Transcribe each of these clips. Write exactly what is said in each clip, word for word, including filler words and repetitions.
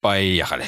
Поехали.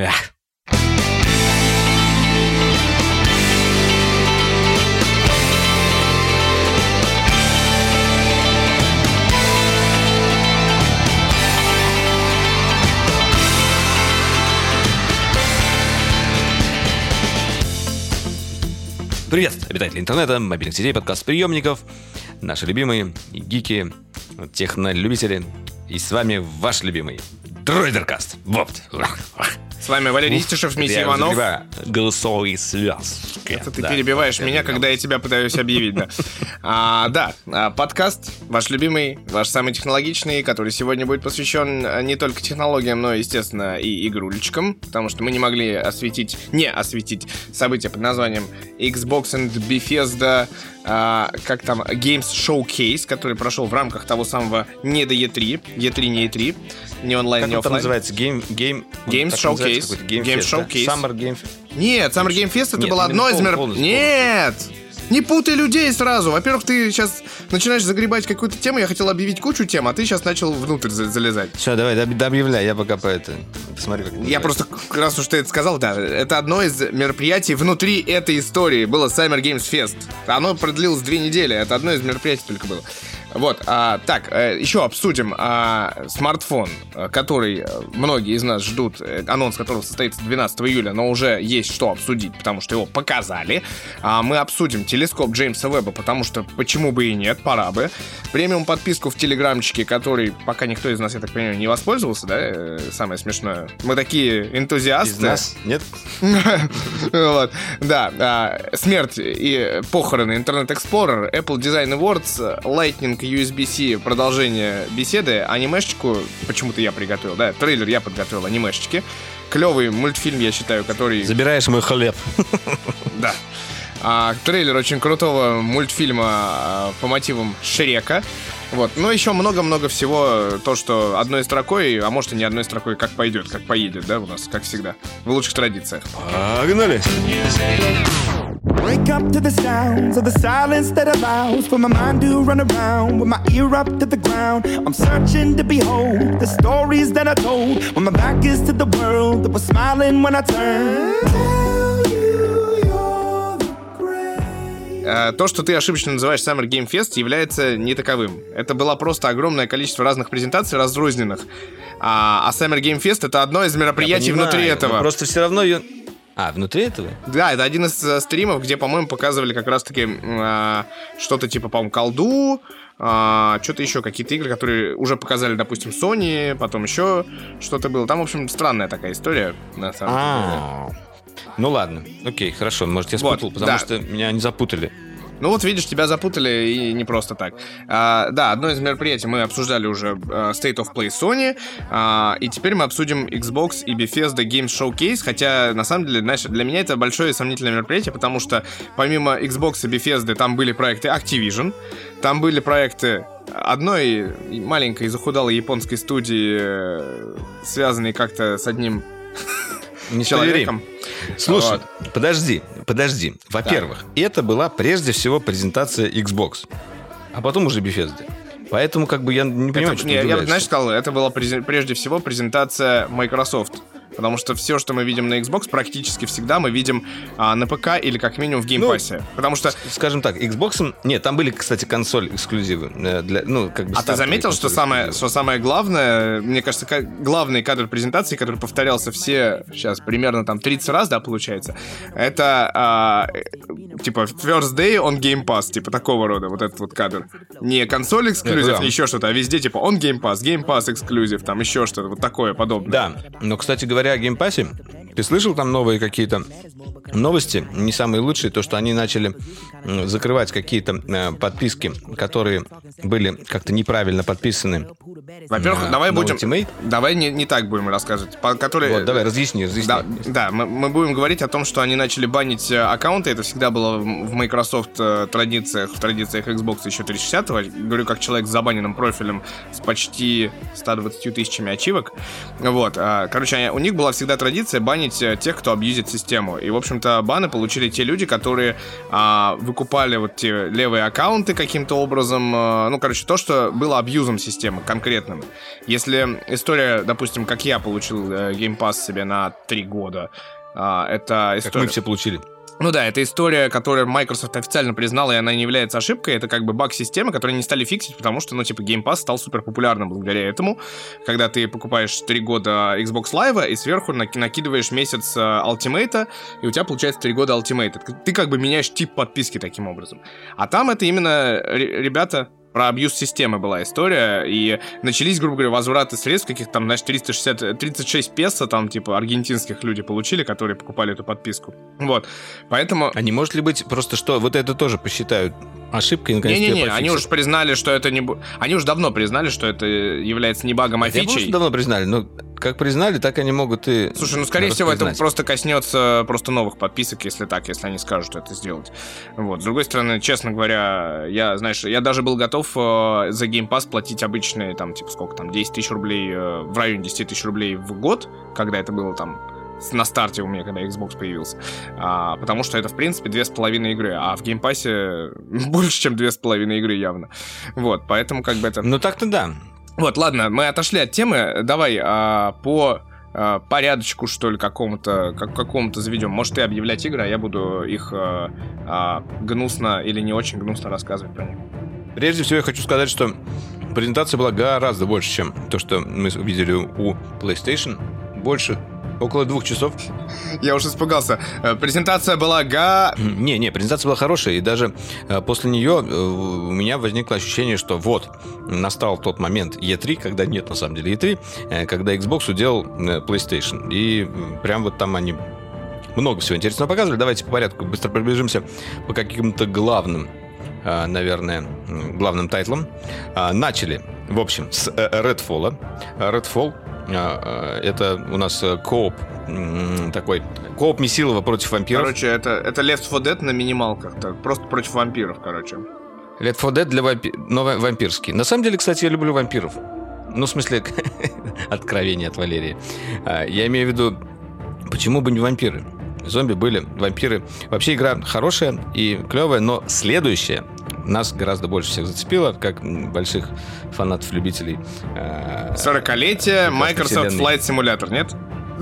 Привет, обитатели интернета, мобильных сетей, подкаст-приемников, наши любимые гики, технолюбители. И с вами ваш любимый Дроидеркаст. Вот. С вами Валерий Истишев, Митя Иванов. Голосовые связки. Это ты да, перебиваешь да, меня, да. когда я тебя пытаюсь объявить, да. А, да, подкаст ваш любимый, ваш самый технологичный, который сегодня будет посвящен не только технологиям, но, естественно, и игрулечкам, потому что мы не могли осветить, не осветить события под названием Xbox and Bethesda, а, как там, Games Showcase, который прошел в рамках того самого не до и три, и три не и три, не онлайн, как не он там офлайн. называется? Game, game, Games Showcase. Game, Game Fest, Showcase. Да? Summer Game Fest. Нет, Summer Game Fest это Нет, было одно из полностью, мероприятий. Нет! Не путай людей сразу. Во-первых, ты сейчас начинаешь загребать какую-то тему. Я хотел объявить кучу тем, а ты сейчас начал внутрь за- залезать. Все, давай, доб- добавляй, я пока по это. Посмотри, как это Я называется. просто, раз уж ты это сказал, да, это одно из мероприятий внутри этой истории. Было Summer Games Fest. Оно продлилось две недели. Это одно из мероприятий только было. Вот, а, так, еще обсудим а, смартфон, который многие из нас ждут, анонс которого состоится двенадцатого июля, но уже есть что обсудить, потому что его показали. А, мы обсудим телескоп Джеймса Веба, потому что почему бы и нет, пора бы. Премиум подписку в телеграмчике, который пока никто из нас, я так понимаю, не воспользовался, да, самое смешное. Мы такие энтузиасты. Из нас? Нет? Вот, да, смерть и похороны Internet Explorer, Apple Design Awards, Lightning ю эс би-C, продолжение беседы, анимешечку, почему-то я приготовил, да, трейлер я подготовил, анимешечки. Клевый мультфильм, я считаю, который... Забираешь мой хлеб. Да. А, трейлер очень крутого мультфильма а, по мотивам Шрека. Вот. Но еще много-много всего, то, что одной строкой, а может и не одной строкой, как пойдет, как поедет, да, у нас, как всегда, в лучших традициях. Погнали! Wake up to the sounds of the silence that allows for my mind to run around with my ear up to the ground. I'm searching to behold the stories that I told when my back is to the world that was smiling when I turned. Tell you you're the great. А, то, что ты ошибочно называешь Summer Game Fest, является не таковым. Это было просто огромное количество разных презентаций разрозненных. А, а Summer Game Fest — это одно из мероприятий Понимаю, внутри но этого. Просто все равно ее... А, внутри этого? Да, это один из э, стримов, где, по-моему, показывали как раз-таки э, что-то типа, по-моему, колду, э, что-то еще, какие-то игры, которые уже показали, допустим, Sony, потом еще что-то было. Там, в общем, странная такая история, на самом деле. А, ну ладно, окей, хорошо, может, я спутал, Вот, потому да. что меня не запутали. Ну вот видишь, тебя запутали и не просто так. А, да, одно из мероприятий мы обсуждали уже, а, State of Play Sony, а, и теперь мы обсудим Xbox и Bethesda Games Showcase, хотя на самом деле, знаешь, для меня это большое и сомнительное мероприятие, потому что помимо Xbox и Bethesda там были проекты Activision, там были проекты одной маленькой захудалой японской студии, э, связанной как-то с одним Не человеком. Слушай, Вот. подожди, подожди. Во-первых, это была прежде всего презентация Xbox, а потом уже Bethesda. Поэтому как бы я не понимаю, Это- что не, я бы, удивляешься. знаешь, сказал, это была през- прежде всего презентация Microsoft. Потому что все, что мы видим на Xbox, практически всегда мы видим а, на ПК или как минимум в геймпассе. Потому что... Скажем так, Xbox... Нет, там были, кстати, консоль эксклюзивы. э, Для, ну, как бы А ты заметил, что самое, что самое главное, мне кажется, как, главный кадр презентации, который повторялся все, сейчас, примерно там тридцать раз, да, получается, это а, э, типа First Day on Game Pass, типа такого рода, вот этот вот кадр. Не консоль эксклюзив, да. не еще что-то, а везде типа on Game Pass, Game Pass эксклюзив, там еще что-то, вот такое подобное. Да, но, кстати говоря, о геймпассе, ты слышал там новые какие-то новости, не самые лучшие, то, что они начали м, закрывать какие-то э, подписки, которые были как-то неправильно подписаны. Во-первых, на давай новый будем... Ultimate. Давай не, не так будем рассказывать. По, которые... Вот, давай, разъясни, разъясни. Да, да мы, мы будем говорить о том, что они начали банить э, аккаунты. Это всегда было в в Microsoft э, традициях, в традициях Xbox еще триста шестидесятого. Говорю, как человек с забаненным профилем с почти ста двадцатью тысячами ачивок. Вот. э, короче, они- у них была всегда традиция банить забанить тех, кто абьюзит систему. И, в общем-то, баны получили те люди, которые а, выкупали вот те левые аккаунты каким-то образом. А, ну, короче, то, что было абьюзом системы конкретным. Если история, допустим, как я получил э, Game Pass себе на три года, а, это история... Как мы все получили. Ну да, это история, которую Microsoft официально признала, и она не является ошибкой. Это как бы баг системы, который не стали фиксить, потому что, ну, типа, Game Pass стал супер популярным благодаря этому. Когда ты покупаешь три года Xbox Live и сверху накидываешь месяц Ultimate, и у тебя получается три года Ultimate. Ты как бы меняешь тип подписки таким образом. А там это именно ребята... Про абьюз системы была история, и начались, грубо говоря, возвраты средств, каких-то там, знаешь, триста шестьдесят, тридцать шесть песо, там, типа, аргентинских люди получили, которые покупали эту подписку. Вот, поэтому... А не может ли быть просто, что вот это тоже посчитают ошибкой, и наконец-то Не-не-не, они уже признали, что это не... Они уже давно признали, что это является не багом, а фичей. Я давно признали, но как признали, так они могут и... Слушай, ну, скорее всего, это просто коснется просто новых подписок, если так, если они скажут это сделать. Вот, с другой стороны, честно говоря, я, знаешь, я даже был готов э, за Game Pass платить обычные, там, типа, сколько там, десять тысяч рублей, э, в районе десять тысяч рублей в год, когда это было там на старте у меня, когда Xbox появился. А, потому что это, в принципе, две с половиной игры. А в Game Pass больше, чем две с половиной игры явно. Вот, поэтому как бы это... Ну так-то да. Вот, ладно, мы отошли от темы. Давай а, по а, порядочку, что ли, какому-то, как, какому-то заведем. Может, ты объявлять игры, а я буду их а, а, гнусно или не очень гнусно рассказывать про них. Прежде всего, я хочу сказать, что презентация была гораздо больше, чем то, что мы увидели у PlayStation. Больше. Около двух часов. Я уже испугался. Презентация была га... Не-не, презентация была хорошая, и даже э, после нее э, у меня возникло ощущение, что вот, настал тот момент и три, когда нет на самом деле и три, э, когда Xbox уделал э, PlayStation. И э, прям вот там они много всего интересного показывали. Давайте по порядку быстро пробежимся по каким-то главным, э, наверное, главным тайтлам. Э, начали, в общем, с э, Redfall. Redfall. Это у нас кооп такой, кооп Месилова против вампиров. Короче, это, это Left фор Dead на минималках, так, просто против вампиров, короче. Left фор Dead для вампи... но вампирский. На самом деле, кстати, я люблю вампиров. Ну, в смысле, откровение от Валерии. Я имею в виду, почему бы не вампиры? Зомби были, вампиры. Вообще игра хорошая и клевая, но следующая нас гораздо больше всех зацепила, как больших фанатов-любителей. сорокалетие Microsoft Flight Simulator, нет?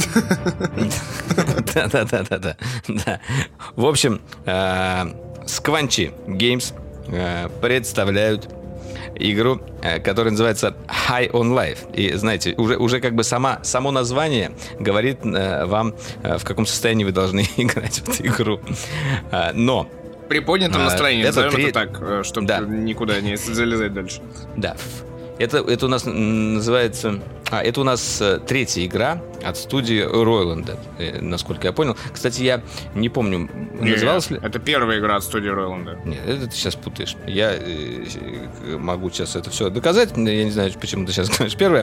Да-да-да-да. В общем, Squanchy Games представляют игру, которая называется High on Life. И, знаете, уже, уже как бы сама, само название говорит вам, в каком состоянии вы должны играть в эту игру. Но при поднятом настроении, это назовем три... это так, чтобы да. никуда не залезать дальше. Да. Это, это у нас называется... А, это у нас третья игра от студии Roiland, насколько я понял. Кстати, я не помню, не, называлась ли... Это первая игра от студии Roiland. Нет, это ты сейчас путаешь. Я э, могу сейчас это все доказать. Я не знаю, почему ты сейчас говоришь первая.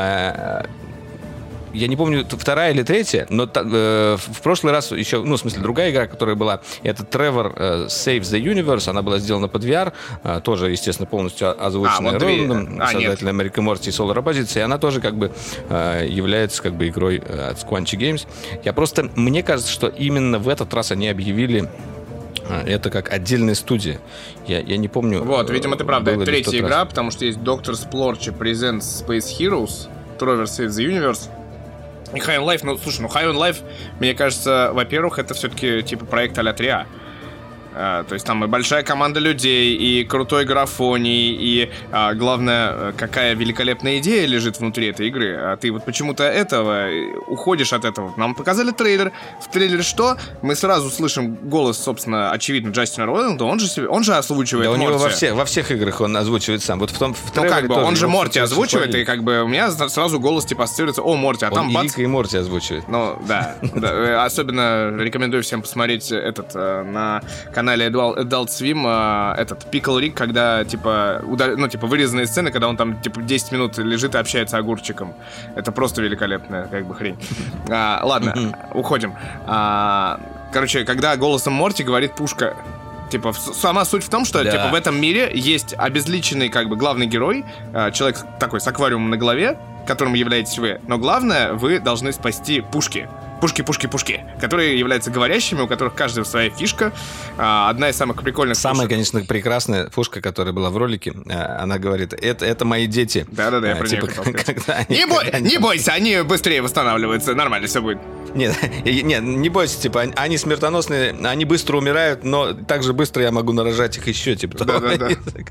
Я не помню, вторая или третья, но э, в прошлый раз еще, ну, в смысле, другая игра, которая была, это Trevor э, Saves the Universe, она была сделана под ви ар, э, тоже, естественно, полностью озвученная а, вот Роландом, а, создателем American Morty и Solar Opposites, и она тоже, как бы, э, является, как бы, игрой от Squanchy Games. Я просто, мне кажется, что именно в этот раз они объявили это как отдельная студия. Я, я не помню. Вот, видимо, ты правда, это третья игра, раз. Потому что есть Doctor Splorch Presents Space Heroes, Trevor Saves the Universe, и High on Life. Ну, слушай, ну High on Life, мне кажется, во-первых, это все-таки типа проект а-ля три а. А, то есть там и большая команда людей, и крутой графоний, и а, главное, какая великолепная идея лежит внутри этой игры. А ты вот почему-то этого уходишь от этого. Нам показали трейлер. В трейлере что? Мы сразу слышим голос, собственно, очевидно, Джастина Ройланда. Он же, он же озвучивает да, Морти. У него во, все, во всех играх он озвучивает сам. Вот в том в ну как бы, он же Морти озвучивает, и как бы у меня сразу голос типа ассоциируется: о, Морти, а он там бац. И Рика, и Морти озвучивает. Ну, да. Особенно рекомендую всем посмотреть этот на канале Adult Swim, этот Pickle Rick, когда, типа, удар... ну, типа, вырезанные сцены, когда он там, типа, десять минут лежит и общается огурчиком. Это просто великолепная, как бы, хрень. А, ладно, уходим. А, короче, когда голосом Морти говорит пушка, типа, сама суть в том, что, да. типа, в этом мире есть обезличенный, как бы, главный герой, человек такой с аквариумом на голове, которым являетесь вы, но главное, вы должны спасти пушки. пушки, пушки, пушки, которые являются говорящими, у которых каждая своя фишка. Одна из самых прикольных Самая, пушек. конечно, прекрасная пушка, которая была в ролике, она говорит, это, это мои дети. Да-да-да, я а, про типа, нее хотел сказать. они, Не, бой, они... не бойся, они быстрее восстанавливаются, нормально все будет. Нет, нет, не бойся, типа, они смертоносные, они быстро умирают, но так же быстро я могу нарожать их еще, типа. Да-да-да.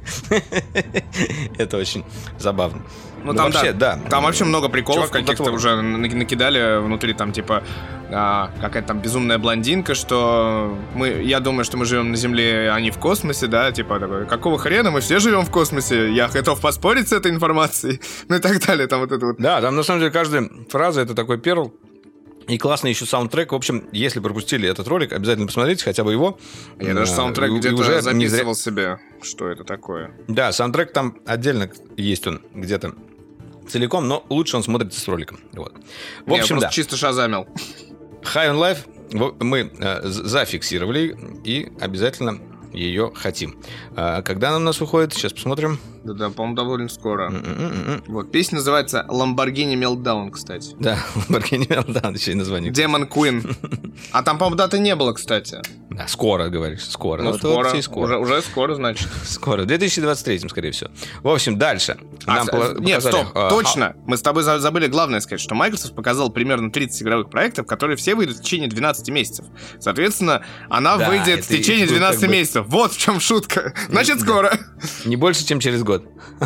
Это очень забавно. Ну, Ну, там, вообще, да, да. там вообще много приколов Чувак каких-то плодотворный. уже накидали внутри, там, типа, а, какая-то там безумная блондинка, что мы, я думаю, что мы живем на Земле, а не в космосе, да, типа, такой, какого хрена, мы все живем в космосе, я готов поспорить с этой информацией, ну и так далее, там вот это вот. Да, там на самом деле каждая фраза это такой перл. И классный еще саундтрек. В общем, если пропустили этот ролик, обязательно посмотрите хотя бы его. Я даже саундтрек И- и где-то уже не зря- записывал себе, что это такое. Да, саундтрек там отдельно есть он где-то целиком, но лучше он смотрится с роликом. Вот. В Не, общем, я да. просто чисто шазамил. High on Life в- мы э, з- зафиксировали и обязательно ее хотим. А когда она у нас выходит? Сейчас посмотрим. Да-да, по-моему, довольно скоро. М-м-м-м. Вот, песня называется Lamborghini Meltdown, кстати. Да, Lamborghini Meltdown, еще и название. Demon Queen. А там, по-моему, даты не было, кстати. Да, скоро, говоришь, скоро. Ну, Вот- вот скоро. все и скоро. Уже, уже скоро, значит. Скоро, в две тысячи двадцать третьем, скорее всего. В общем, дальше. А, Нам с- пола- Нет, показали, стоп, а, точно. Мы с тобой за- забыли главное сказать, что Microsoft показал примерно тридцать игровых проектов, которые все выйдут в течение двенадцати месяцев. Соответственно, она Да, выйдет в это и течение тут двенадцати как бы- месяцев. Вот в чем шутка. Значит, Да. скоро. Не больше, чем через год.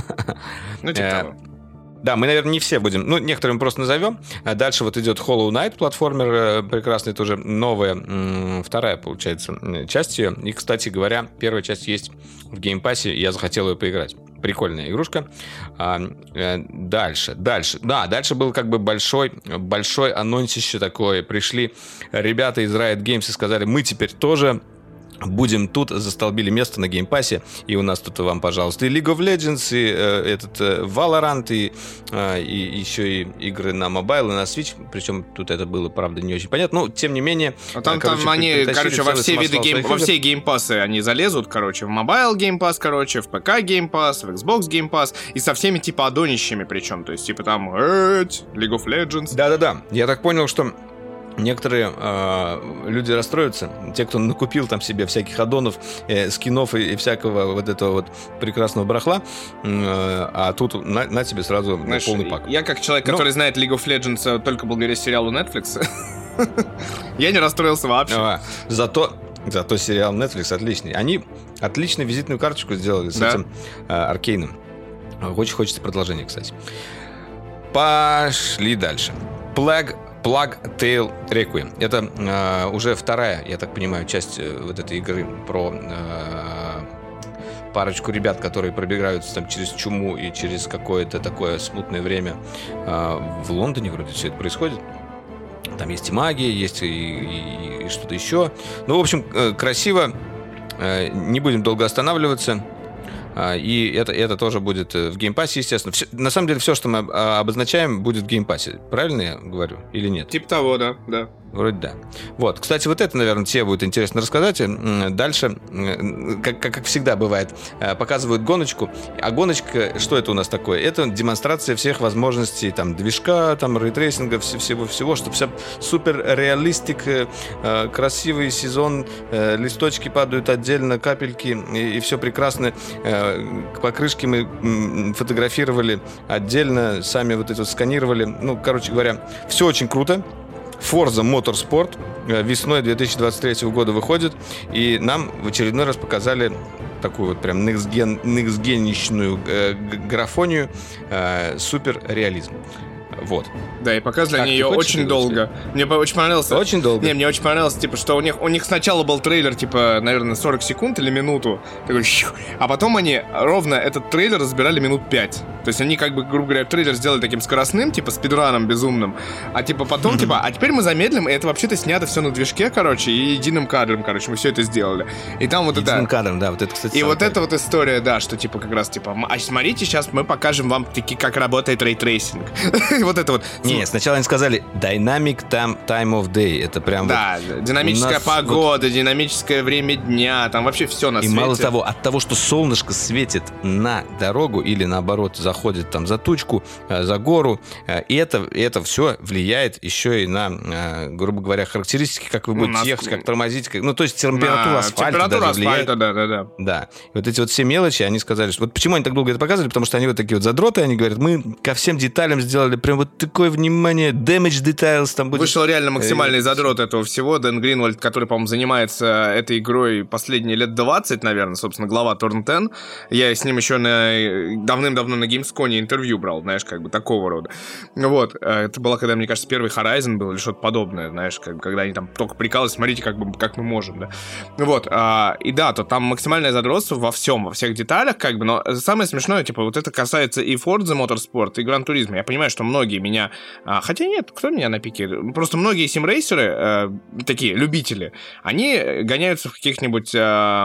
Ну, типа Э, того. Да, мы, наверное, не все будем. Ну, некоторые мы просто назовем. А дальше вот идет Hollow Knight, платформер э, прекрасный, тоже новая, м, вторая, получается, м, часть ее. И, кстати говоря, первая часть есть в геймпассе, и я захотел ее поиграть. Прикольная игрушка. А, э, дальше, дальше. Да, дальше был как бы большой, большой анонсище такое. Пришли ребята из Riot Games и сказали, мы теперь тоже будем тут, застолбили место на геймпассе, и у нас тут вам, пожалуйста, и League of Legends, и э, этот э, Valorant, и, э, и еще и игры на мобайл, и на Switch, причем тут это было, правда, не очень понятно, но, тем не менее... А там, э, короче, там они, притащили короче, во целый все виды самосвал гейм, своих во игр. все геймпассы они залезут, короче, в Mobile Game Pass, короче, в ПК Game Pass, в Xbox Game Pass, и со всеми, типа, адонищами причем, то есть, типа, там, эть, League of Legends. Да-да-да, я так понял, что некоторые э, люди расстроятся, те, кто накупил там себе всяких аддонов, э, скинов и, и всякого вот этого вот прекрасного барахла, э, а тут на, на тебе сразу Знаешь, полный пак. я как человек, Ну. который знает League of Legends э, только благодаря сериалу Netflix, я не расстроился вообще. А, зато, зато сериал Netflix отличный. Они отличную визитную карточку сделали с Да. этим э, Аркейном. Очень хочется продолжения, кстати. Пошли дальше. Plague, Plague Tale Requiem. Это э, уже вторая, я так понимаю, часть э, вот этой игры про э, парочку ребят, которые пробегаются там через чуму и через какое-то такое смутное время. Э, в Лондоне вроде все это происходит. Там есть и магия, есть и, и- и что-то еще. Ну, в общем, э, красиво. Э, Не будем долго останавливаться. А, И это, это тоже будет э, в геймпассе, естественно. Всё- на самом деле, все, что мы а, обозначаем, будет в геймпассе. Правильно я говорю? Или нет? Типа того, да, да. Вроде да. Вот. Кстати, вот это, наверное, тебе будет интересно рассказать. М, Дальше, м, как, как, как всегда бывает, э, показывают гоночку. А гоночка, что это у нас такое? Это демонстрация всех возможностей там, движка, там, рейтрейсинга, вс- всего-всего, что все супер реалистик, э, э, красивый сезон, э, листочки падают отдельно, капельки, и, все прекрасно. Э, Покрышки мы м, фотографировали отдельно, сами вот это вот сканировали. Ну, короче говоря, все очень круто. Forza Motorsport э, весной две тысячи двадцать третьего года выходит, и нам в очередной раз показали такую вот прям next-gen, next-genичную э, г- графонию, э, супер реализм. Вот. Да, и показывали Как, они ты ее хочешь очень это долго. Мне по- очень понравилось. Очень долго. Не, мне очень понравилось, типа, что у них, у них сначала был трейлер, типа, наверное, сорок секунд или минуту. Такой, щу. А потом они ровно этот трейлер разбирали минут пять. То есть они, как бы, грубо говоря, трейлер сделали таким скоростным, типа, спидраном безумным. А типа потом, типа, а теперь мы замедлим, и это вообще-то снято все на движке, короче, и единым кадром, короче, мы все это сделали. И там вот Единым это... кадром, да, вот это, кстати, И самое вот эта вот история, да, что типа как раз типа, м- а смотрите, сейчас мы покажем вам таки, как работает рейтрейсинг. И вот вот это вот... Не, сначала они сказали Dynamic time, time of day. Это прям Да, вот динамическая нас погода, вот... динамическое время дня, там вообще все на и свете. И мало того, от того, что солнышко светит на дорогу или наоборот заходит там за тучку, за гору, и это, и это все влияет еще и на, грубо говоря, характеристики, как вы будете ну, ехать, как тормозить. Как... Ну, то есть температура асфальта температура даже асфальта, влияет. да, да, да. Да. И вот эти вот все мелочи, они сказали, что... Вот почему они так долго это показывали? Потому что они вот такие вот задроты, они говорят, мы ко всем деталям сделали прям вот такое внимание, damage details там будет. Вышел реально максимальный задрот этого всего, Дэн Гринвальд, который, по-моему, занимается этой игрой последние лет двадцать, наверное, собственно, глава Turn десять. Я с ним еще на... давным-давно на Gamescom интервью брал, знаешь, как бы такого рода. Вот. Это было, когда, мне кажется, первый Horizon был или что-то подобное, знаешь, как, когда они там только прикалывались, смотрите, как, бы, как мы можем, да. Вот. И да, то там максимальное задротство во всем, во всех деталях, как бы, но самое смешное, типа, вот это касается и Forza Motorsport, и Gran Turismo. Я понимаю, что многие меня... Хотя нет, кто меня на пике? Просто многие симрейсеры, такие любители, они гоняются в каких-нибудь...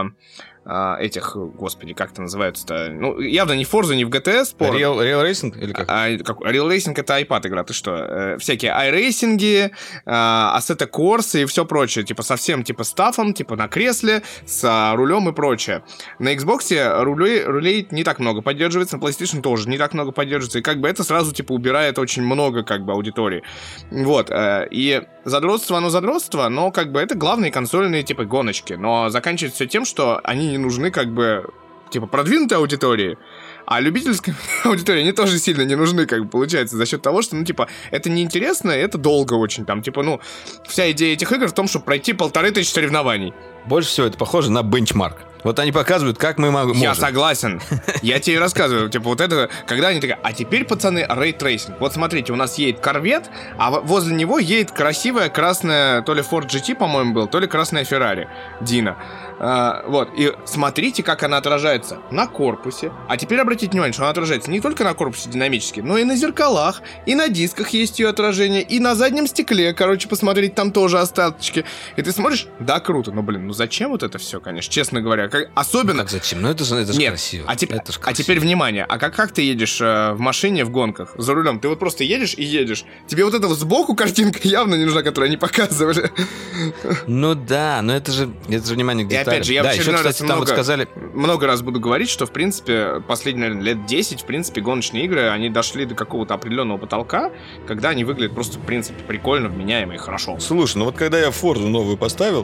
этих, господи, как это называется-то? Ну, явно не в Forza, не в джи ти эс спорт. Real, Real Racing или как? А, как? Real Racing — это iPad игра, ты что? Э, всякие iRacing, Assetto Corsa и все прочее. Типа совсем типа стафом, типа на кресле, с а, рулем и прочее. На Xbox рулей, рулей не так много поддерживается, на PlayStation тоже не так много поддерживается. И как бы это сразу типа убирает очень много как бы аудитории. Вот. Э, и задротство, оно задротство, но как бы это главные консольные типа гоночки. Но заканчивается все тем, что они не нужны как бы, типа, продвинутой аудитории, а любительской аудитории они тоже сильно не нужны, как бы, получается, за счет того, что, ну, типа, это неинтересно, и это долго очень, там, типа, ну, вся идея этих игр в том, чтобы пройти полторы тысячи соревнований. Больше всего это похоже на бенчмарк. Вот они показывают, как мы можем. Я согласен. Я тебе рассказываю. Типа вот это, когда они такие, а теперь, пацаны, рейтрейсинг. Вот смотрите, у нас едет корвет, а возле него едет красивая красная, то ли Ford джи ти, по-моему, был, то ли красная Ferrari Dino. А, вот, и смотрите, как она отражается на корпусе. А теперь обратите внимание, что она отражается не только на корпусе динамически, но и на зеркалах, и на дисках есть ее отражение, и на заднем стекле, короче, посмотреть, там тоже остаточки. И ты смотришь, да, круто, но, блин, ну зачем вот это все, конечно, честно говоря. Как, особенно... Ну, как зачем? Ну это же, это же Нет, красиво. А, теп... это же а теперь внимание, а как, как ты едешь э, в машине в гонках за рулем? Ты вот просто едешь и едешь. Тебе вот эта вот сбоку картинка явно не нужна, которую они показывали. Ну да, но это же, это же внимание к деталям. И опять же, я да, в очередной еще, раз кстати, там много, вот сказали... много раз буду говорить, что, в принципе, последние, наверное, лет десять, в принципе, гоночные игры, они дошли до какого-то определенного потолка, когда они выглядят просто, в принципе, прикольно, вменяемо и хорошо. Слушай, ну вот когда я Форзу новую поставил,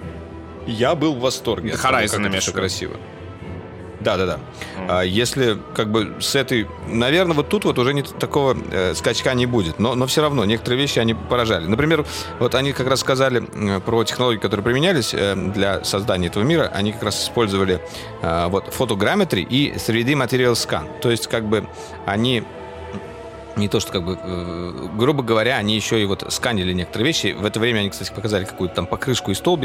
я был в восторге. Horizon имеешь все красиво. Да, да, да. Mm. А если как бы с этой, наверное, вот тут вот уже не такого э, скачка не будет, но, но все равно некоторые вещи они поражали. Например, вот они как раз сказали э, про технологии, которые применялись э, для создания этого мира. Они как раз использовали э, вот фотограмметри и три дэ Material Scan. То есть как бы они не то, что как бы, э, грубо говоря, они еще и вот сканили некоторые вещи. В это время они, кстати, показали какую-то там покрышку и столбик.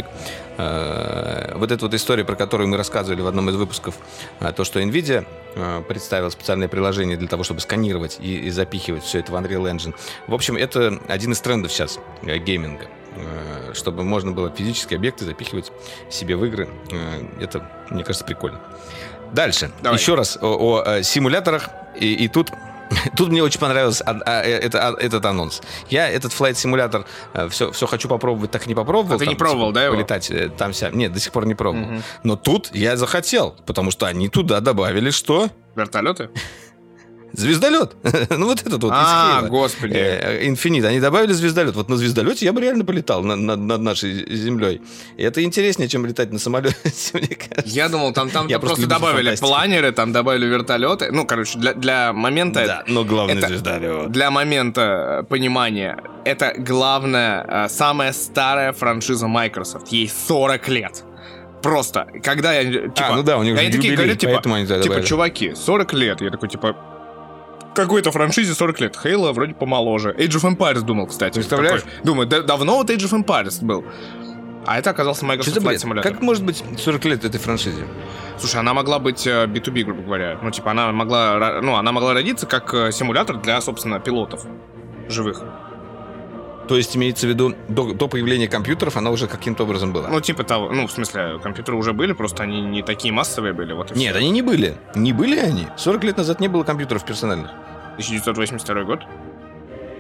Э, вот эта вот история, про которую мы рассказывали в одном из выпусков, э, то, что NVIDIA э, представила специальное приложение для того, чтобы сканировать и, и запихивать все это в Unreal Engine. В общем, это один из трендов сейчас э, гейминга. Э, чтобы можно было физические объекты запихивать себе в игры. Э, это, мне кажется, прикольно. Дальше. Давай. Еще раз о, о, о симуляторах. И, и тут... Тут мне очень понравился а, а, это, а, этот анонс. Я этот флайт-симулятор а, все, все хочу попробовать, так и не попробовал. А ты там, не пробовал, да, его? Полетать там вся... Нет, до сих пор не пробовал. Угу. Но тут я захотел, потому что они туда добавили что? Вертолеты? Звездолет. Ну, вот этот вот. А, господи. Инфинит. Они добавили звездолет. Вот на звездолете я бы реально полетал над, над, над нашей землей. И это интереснее, чем летать на самолете, мне кажется. Я думал, там, там просто, просто добавили фантастику. Планеры, там добавили вертолеты. Ну, короче, для, для момента... Да, но главное это, звездолет. Для момента понимания, это главная, самая старая франшиза Microsoft. Ей сорок лет. Просто, когда я... Типа, а, ну да, у них же они юбилей, такие говорят, типа, поэтому они туда типа, добавили. чуваки, сорок лет. Я такой, типа... Какой-то франшизе сорок лет. Хейла вроде помоложе. Age of Empires думал, кстати. Представляешь? Такой, думаю, да, давно вот Age of Empires был. А это оказался Microsoft Flight Simulator. Как может быть сорок лет этой франшизе? Слушай, она могла быть би ту би, грубо говоря. Ну, типа, она могла, ну, она могла родиться как симулятор для, собственно, пилотов живых. То есть, имеется в виду, до, до появления компьютеров она уже каким-то образом была? Ну, типа того, ну, в смысле, компьютеры уже были, просто они не такие массовые были. Вот и Нет, все. Они не были. Не были они. сорок лет назад не было компьютеров персональных. тысяча девятьсот восемьдесят второй год?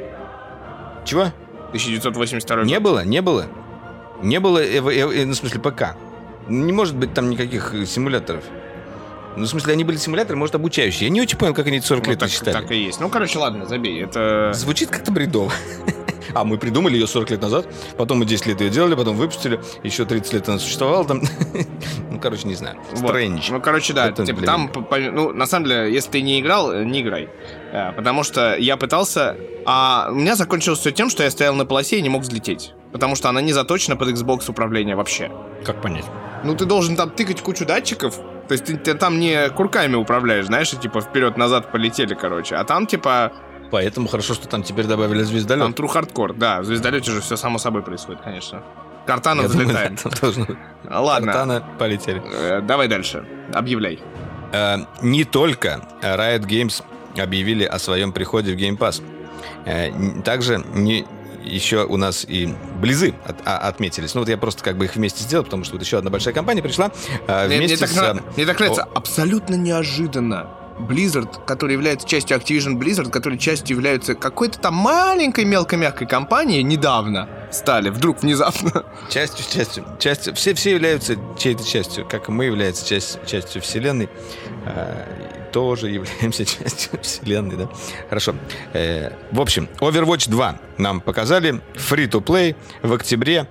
Чего? тысяча девятьсот восемьдесят второй Не год. было, не было. Не было, э, э, э, ну, в смысле, ПК. Не может быть там никаких симуляторов. Ну, в смысле, они были симуляторы, может, обучающие. Я не очень понял, как они сорок Ну, лет так, считали. так и есть. Ну, короче, ладно, забей. Это... Звучит как-то бредово. А, мы придумали ее сорок лет назад, потом мы десять лет ее делали, потом выпустили, еще тридцать лет она существовала там. Ну, короче, не знаю. Вот. Strange. Ну, короче, да, Это, типа, блин. там, по- по- ну, на самом деле, если ты не играл, э, не играй. Э, Потому что я пытался, а у меня закончилось все тем, что я стоял на полосе и не мог взлететь. Потому что она не заточена под Xbox управление вообще. Как понять? Ну, ты должен там тыкать кучу датчиков, то есть ты, ты там не курками управляешь, знаешь, и типа вперед-назад полетели, короче. А там, типа, Поэтому хорошо, что там теперь добавили там звездолет. true hardcore, да, в звездолете же все само собой происходит, конечно. Картана Я думаю, взлетаем. да, там должно быть. Ладно, Картана полетели. э, давай дальше, объявляй. Э, Не только Riot Games объявили о своем приходе в Game Pass. Э, н- Также не еще у нас и Близы от- а- отметились. Ну вот я просто как бы их вместе сделал, потому что вот еще одна большая компания пришла э, Мне, мне вместе так, с... нра- э, мне так нравится, о- абсолютно неожиданно. Blizzard, который является частью Activision Blizzard, который частью является какой-то там маленькой мелкой-мягкой компанией, недавно стали, вдруг внезапно. Частью, частью, частью. Все, все являются чьей-то частью, как и мы являемся часть- частью вселенной. э, и тоже являемся частью вселенной, да? Хорошо. Э, в общем, Overwatch два нам показали. Free-to-play в октябре.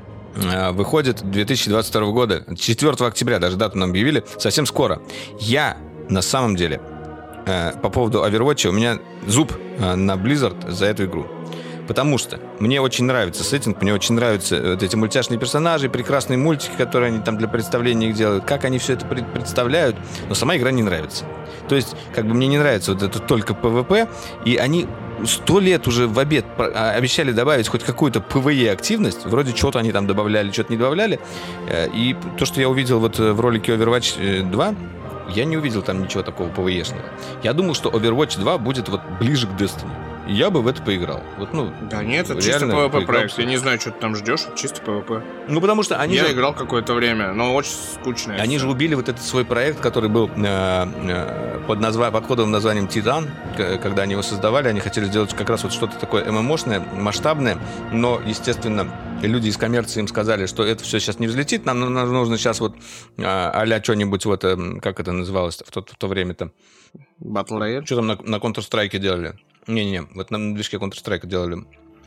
э, Выходит две тысячи двадцать второго года. четвёртого октября даже дату нам объявили. Совсем скоро. Я, на самом деле, э, по поводу Overwatch, у меня зуб э, на Blizzard за эту игру. Потому что мне очень нравится сеттинг, мне очень нравятся вот эти мультяшные персонажи, прекрасные мультики, которые они там для представления их делают, как они все это пред- представляют, но сама игра не нравится. То есть, как бы мне не нравится вот это только PvP, и они сто лет уже в обед про- а, обещали добавить хоть какую-то PvE-активность, вроде что-то они там добавляли, что-то не добавляли, Э, и то, что я увидел вот э, в ролике Overwatch э, два, я не увидел там ничего такого PvE-шного. Я думал, что Overwatch два будет вот ближе к Destiny. И я бы в это поиграл. Вот, ну, Да нет, это реально чисто PvP проект. поигрался. Я не знаю, что ты там ждешь, это чисто PvP. Ну, потому что они Я же... играл какое-то время, но очень скучно. Они же убили вот этот свой проект, который был э, э, под, назва... под кодовым названием Титан. К- Когда они его создавали, они хотели сделать как раз вот что-то такое ММОшное, масштабное. Но, естественно, люди из коммерции им сказали, что это все сейчас не взлетит. Нам ну- нам нужно сейчас вот э, а-ля что-нибудь, вот, э, как это называлось в то, в то время-то. Battle Royale. Что там на, на Counter-Strike делали? Не-не-не, вот на движке Counter-Strike делали.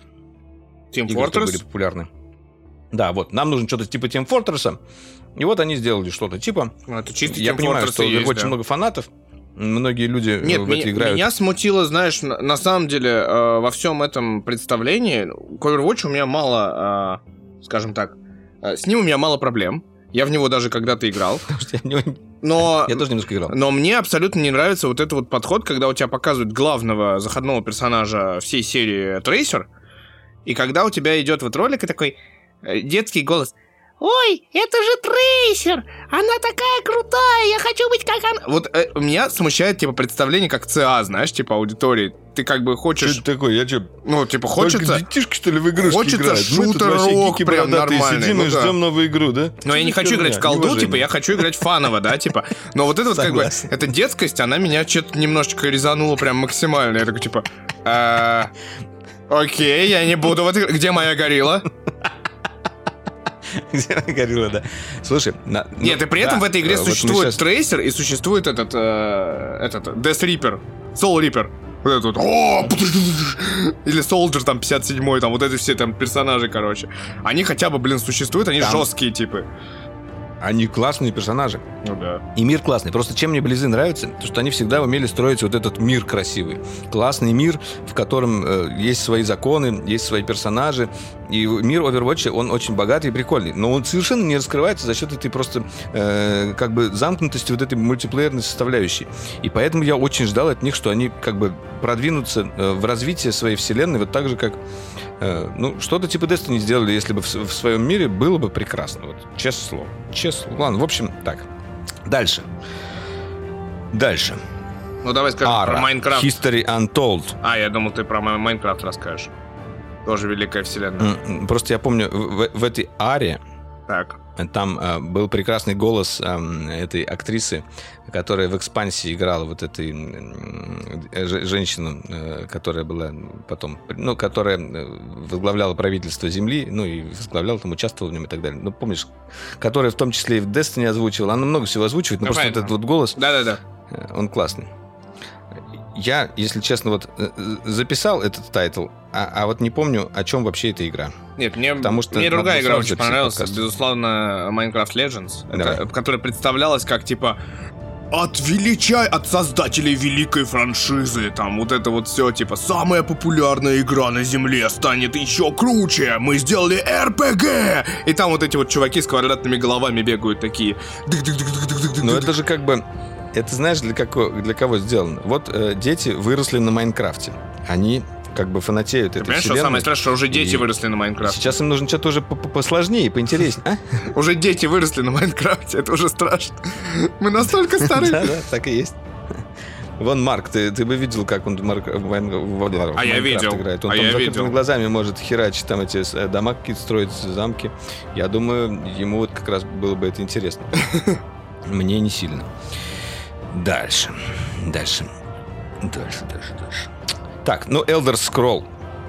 Team Игры, которые были Fortress. популярны. Да, вот, нам нужно что-то типа Team Fortress. И вот они сделали что-то типа... Ну, это чисто Я Team понимаю, Fortress что и есть, очень да. много фанатов. Многие люди Нет, в меня, это играют. меня смутило, знаешь, на, на самом деле э, во всем этом представлении к Overwatch у меня мало, э, скажем так, э, с ним у меня мало проблем. Я в него даже когда-то играл. Потому что я, в него- Но, я тоже немножко играл. но мне абсолютно не нравится вот этот вот подход, когда у тебя показывают главного заходного персонажа всей серии Трейсер, и когда у тебя идет вот ролик и такой э, детский голос: «Ой, это же Трейсер! Она такая крутая! Я хочу быть как она!» Вот э, меня смущает, типа, представление как ЦА, знаешь, типа, аудитории. Ты как бы Что хочешь... это такое? Я что, Ну, типа, хочется... детишки, что ли, в игрушки хочется играют? Мы тут вообще шутер-рок гики прям бородатые нормальный, сидим ну и да. ждем новую игру, да? Но я не хочу играть в колду, типа, я хочу играть фаново, да, типа. Но вот это вот как бы... Согласен. Эта детскость, она меня что-то немножечко резанула прям максимально. Я такой, типа... «Э, Окей, я не буду в это... Где моя горилла?» Где она горилла, да. Слушай, на- ну, Нет, и при этом да, в этой игре вот мы существует щас- трейсер и существует этот, э, этот, Death Reaper, Soul Reaper. Вот этот вот. О, или Soldier там пятьдесят седьмой, там вот эти все там персонажи, короче. Они хотя бы, блин, существуют, они Там- жесткие типы. Они классные персонажи. Ну да. И мир классный. Просто чем мне Близы нравятся, то что они всегда умели строить вот этот мир красивый. Классный мир, в котором э, есть свои законы, есть свои персонажи. И мир Overwatch, он очень богатый и прикольный. Но он совершенно не раскрывается за счет этой просто э, как бы замкнутости вот этой мультиплеерной составляющей. И поэтому я очень ждал от них, что они как бы продвинутся э, в развитии своей вселенной вот так же, как э, ну, что-то типа Destiny сделали, если бы в, в своем мире было бы прекрасно. Вот, честное слово. Честное слово. Ладно, в общем, так. Дальше. Дальше. Ну давай скажем Ара. про Майнкрафт. History Untold. А, я думал, ты про Май- Майнкрафт расскажешь. Тоже великая вселенная. М, Просто я помню, в, в этой Аре Так. Там э, был прекрасный голос э, этой актрисы, которая в «Экспансии» играла вот этой э, ж, женщину, э, которая была потом, ну, которая возглавляла правительство Земли, ну, и возглавляла там, участвовала в нем и так далее. Ну, помнишь, которая в том числе и в Destiny озвучивала. Она много всего озвучивает, но ну, просто вот этот вот голос, да-да-да, он классный. Я, если честно, вот записал этот тайтл, а, а вот не помню, о чем вообще эта игра. Нет, мне, Потому что мне другая игра очень понравилась. Подкаст. Безусловно, Minecraft Legends, это, которая представлялась как, типа, от величай, от создателей великой франшизы. Там вот это вот все, типа, самая популярная игра на Земле станет еще круче. Мы сделали эр пи джи. И там вот эти вот чуваки с квадратными головами бегают такие. Ну это же как бы... Это знаешь, для, како, для кого сделано? Вот э, дети выросли на Майнкрафте. Они как бы фанатеют этой вселенной. Что самое страшное, что уже дети выросли на Майнкрафте. Сейчас им нужно что-то уже посложнее, поинтереснее. Уже дети выросли на Майнкрафте, это уже страшно. Мы настолько старые. Да-да, так и есть. Вон Марк, ты, ты бы видел, как он в Майнкрафт а я видел. играет. Он а там я закрытыми видел. глазами может херачить там эти дома какие-то строить, замки. Я думаю, ему вот как раз было бы это интересно. Мне не сильно. Дальше, дальше, дальше, дальше, дальше. Так, ну, Elder Scroll.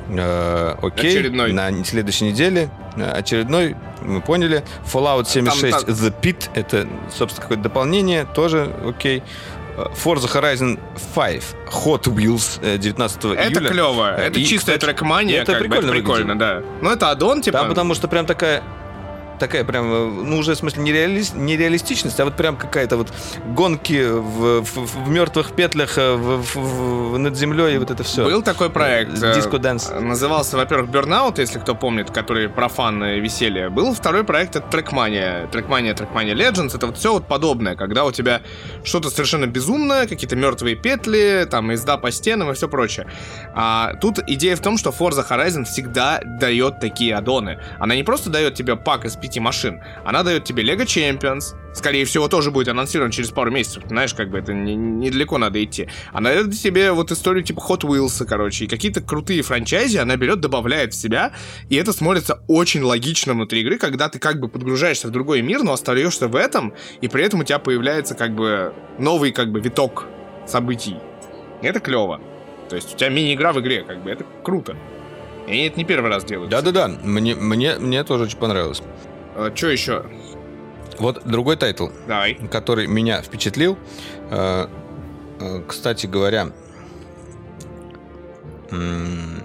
Э, окей. Очередной. На следующей неделе. Очередной, мы поняли. Fallout семьдесят шесть там, там... The Pit. Это, собственно, какое-то дополнение. Тоже окей. Forza Horizon пять Hot Wheels девятнадцатого это июля. Это клево. Это и, чистая кстати, трекмания. Это как прикольно, бы, это прикольно, да. Ну, это аддон, типа... Да, потому что прям такая... Такая прям, ну, уже в смысле нереали... нереалистичность, а вот прям какая-то вот гонки в, в, в мертвых петлях в, в, в, над землей и вот это все. Был такой проект. Диско Dance. Назывался, во-первых, Burnout, если кто помнит, который про фан и веселье. Был второй проект, это Trackmania. Trackmania, Trackmania Legends, это вот все вот подобное, когда у тебя что-то совершенно безумное, какие-то мертвые петли, там, езда по стенам и все прочее. А тут идея в том, что Forza Horizon всегда дает такие аддоны. Она не просто дает тебе пак из пяти машин. Она дает тебе Lego Champions. Скорее всего, тоже будет анонсирован через пару месяцев. Знаешь, как бы это не, недалеко надо идти. Она дает тебе вот историю типа Hot Wheels, короче. И какие-то крутые франчайзи она берет, добавляет в себя. И это смотрится очень логично внутри игры, когда ты как бы подгружаешься в другой мир, но остаешься в этом. И при этом у тебя появляется как бы новый как бы виток событий. И это клево. То есть у тебя мини-игра в игре, как бы. Это круто. И они это не первый раз делают. Да-да-да. Мне, мне, мне тоже очень понравилось. А, что еще? Вот другой тайтл, Давай. который меня впечатлил. Э, э, кстати говоря, м-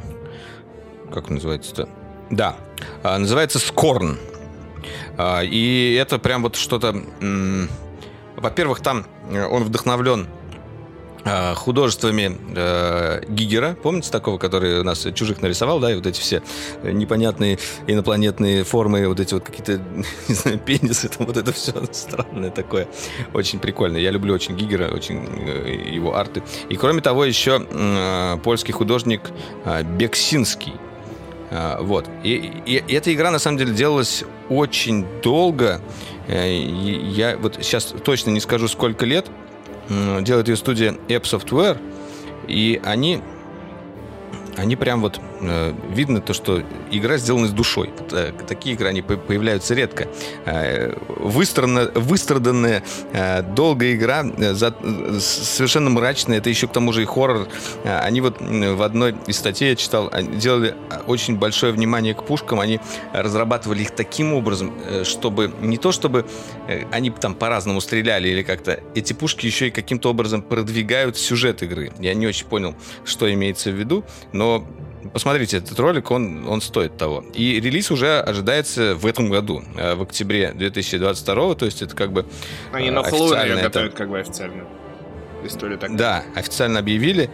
как называется-то? Да, э, называется Scorn. Э, и это прям вот что-то... М- во-первых, там он вдохновлен художествами э, Гигера, помните такого, который у нас «Чужих» нарисовал, да, и вот эти все непонятные инопланетные формы, вот эти вот какие-то, не знаю, пенисы, там вот это все странное такое, очень прикольно. Я люблю очень Гигера, очень э, его арты. И кроме того, еще э, польский художник э, Бексинский. Э, вот. И, и, и эта игра, на самом деле, делалась очень долго. Э, я вот сейчас точно не скажу, сколько лет. Делает ее студия App Software, и они, они прям вот э, видно то, что игра сделана с душой. Э, такие игры, они появляются редко. Э, выстраданная, выстраданная э, долгая игра, э, за, э, совершенно мрачная, это еще к тому же и хоррор. Э, они вот в одной из статей, я читал, делали очень большое внимание к пушкам, они разрабатывали их таким образом, э, чтобы не то, чтобы э, они там по-разному стреляли или как-то, эти пушки еще и каким-то образом продвигают сюжет игры. Я не очень понял, что имеется в виду, но посмотрите, этот ролик, он, он стоит того. И релиз уже ожидается в этом году, в октябре две тысячи двадцать второго, то есть это как бы они на Хэллоуин ее готовят как бы официально. История такая. Да, официально объявили.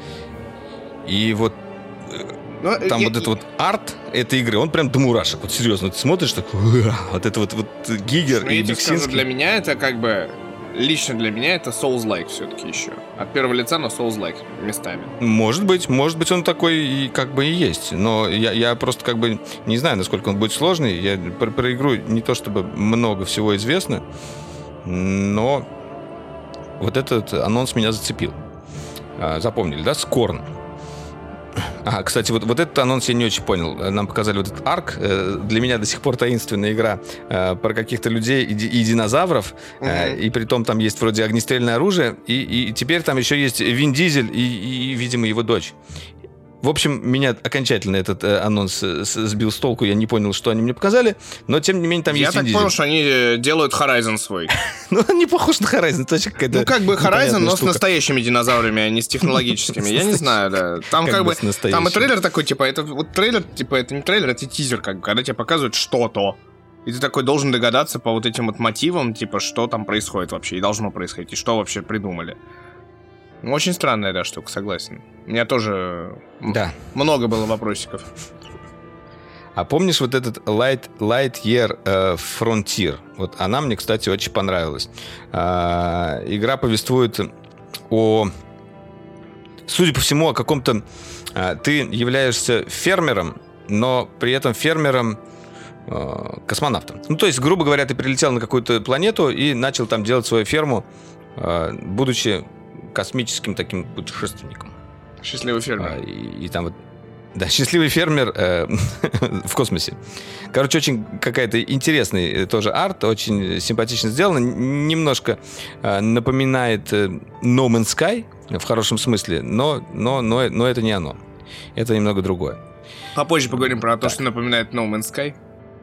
И вот но там я, вот этот я... вот арт этой игры, он прям до мурашек. Вот серьезно, ты смотришь, так, вот это вот, вот Гигер и Бексинский. Для меня это как бы... Лично для меня это Souls-like все-таки еще. От первого лица, но Souls-like местами. Может быть, может быть, он такой и как бы и есть. Но я, я просто как бы не знаю, насколько он будет сложный. Я про, про игру не то чтобы много всего известно, но вот этот анонс меня зацепил. Запомнили, да? Scorn. Ага, кстати, вот, вот этот анонс я не очень понял. Нам показали вот этот арк. Для меня до сих пор таинственная игра про каких-то людей и, и динозавров. Uh-huh. И при том там есть вроде огнестрельное оружие. И, и теперь там еще есть Вин Дизель и, и, видимо, его дочь. В общем, меня окончательно этот э, анонс сбил с толку. Я не понял, что они мне показали. Но, тем не менее, там я есть Вин Дизель. Я так понял, что они делают Horizon свой. Ну, он не похож на Horizon. Точно какая-то ну, как бы Horizon, но штука. С настоящими динозаврами, а не с технологическими. Я не знаю, да. Там как бы... Там и трейлер такой, типа, это вот трейлер, типа, это не трейлер, это тизер, как бы, когда тебе показывают что-то. И ты такой должен догадаться по вот этим вот мотивам, типа, что там происходит вообще, и должно происходить, и что вообще придумали. Очень странная, да, штука, согласен. У меня тоже да. много было вопросиков. А помнишь вот этот Light, Lightyear э, Frontier? Вот она мне, кстати, очень понравилась. А, игра повествует о... Судя по всему, о каком-то... А, ты являешься фермером, но при этом фермером э, космонавтом. Ну, то есть, грубо говоря, ты прилетел на какую-то планету и начал там делать свою ферму, э, будучи... космическим таким путешественником. Счастливый фермер. А, и, и там вот, да, счастливый фермер э, в космосе. Короче, очень какая-то интересный тоже арт, очень симпатично сделано, немножко э, напоминает э, No Man's Sky в хорошем смысле, но, но, но, но это не оно. Это немного другое. Попозже поговорим про то, что напоминает No Man's Sky.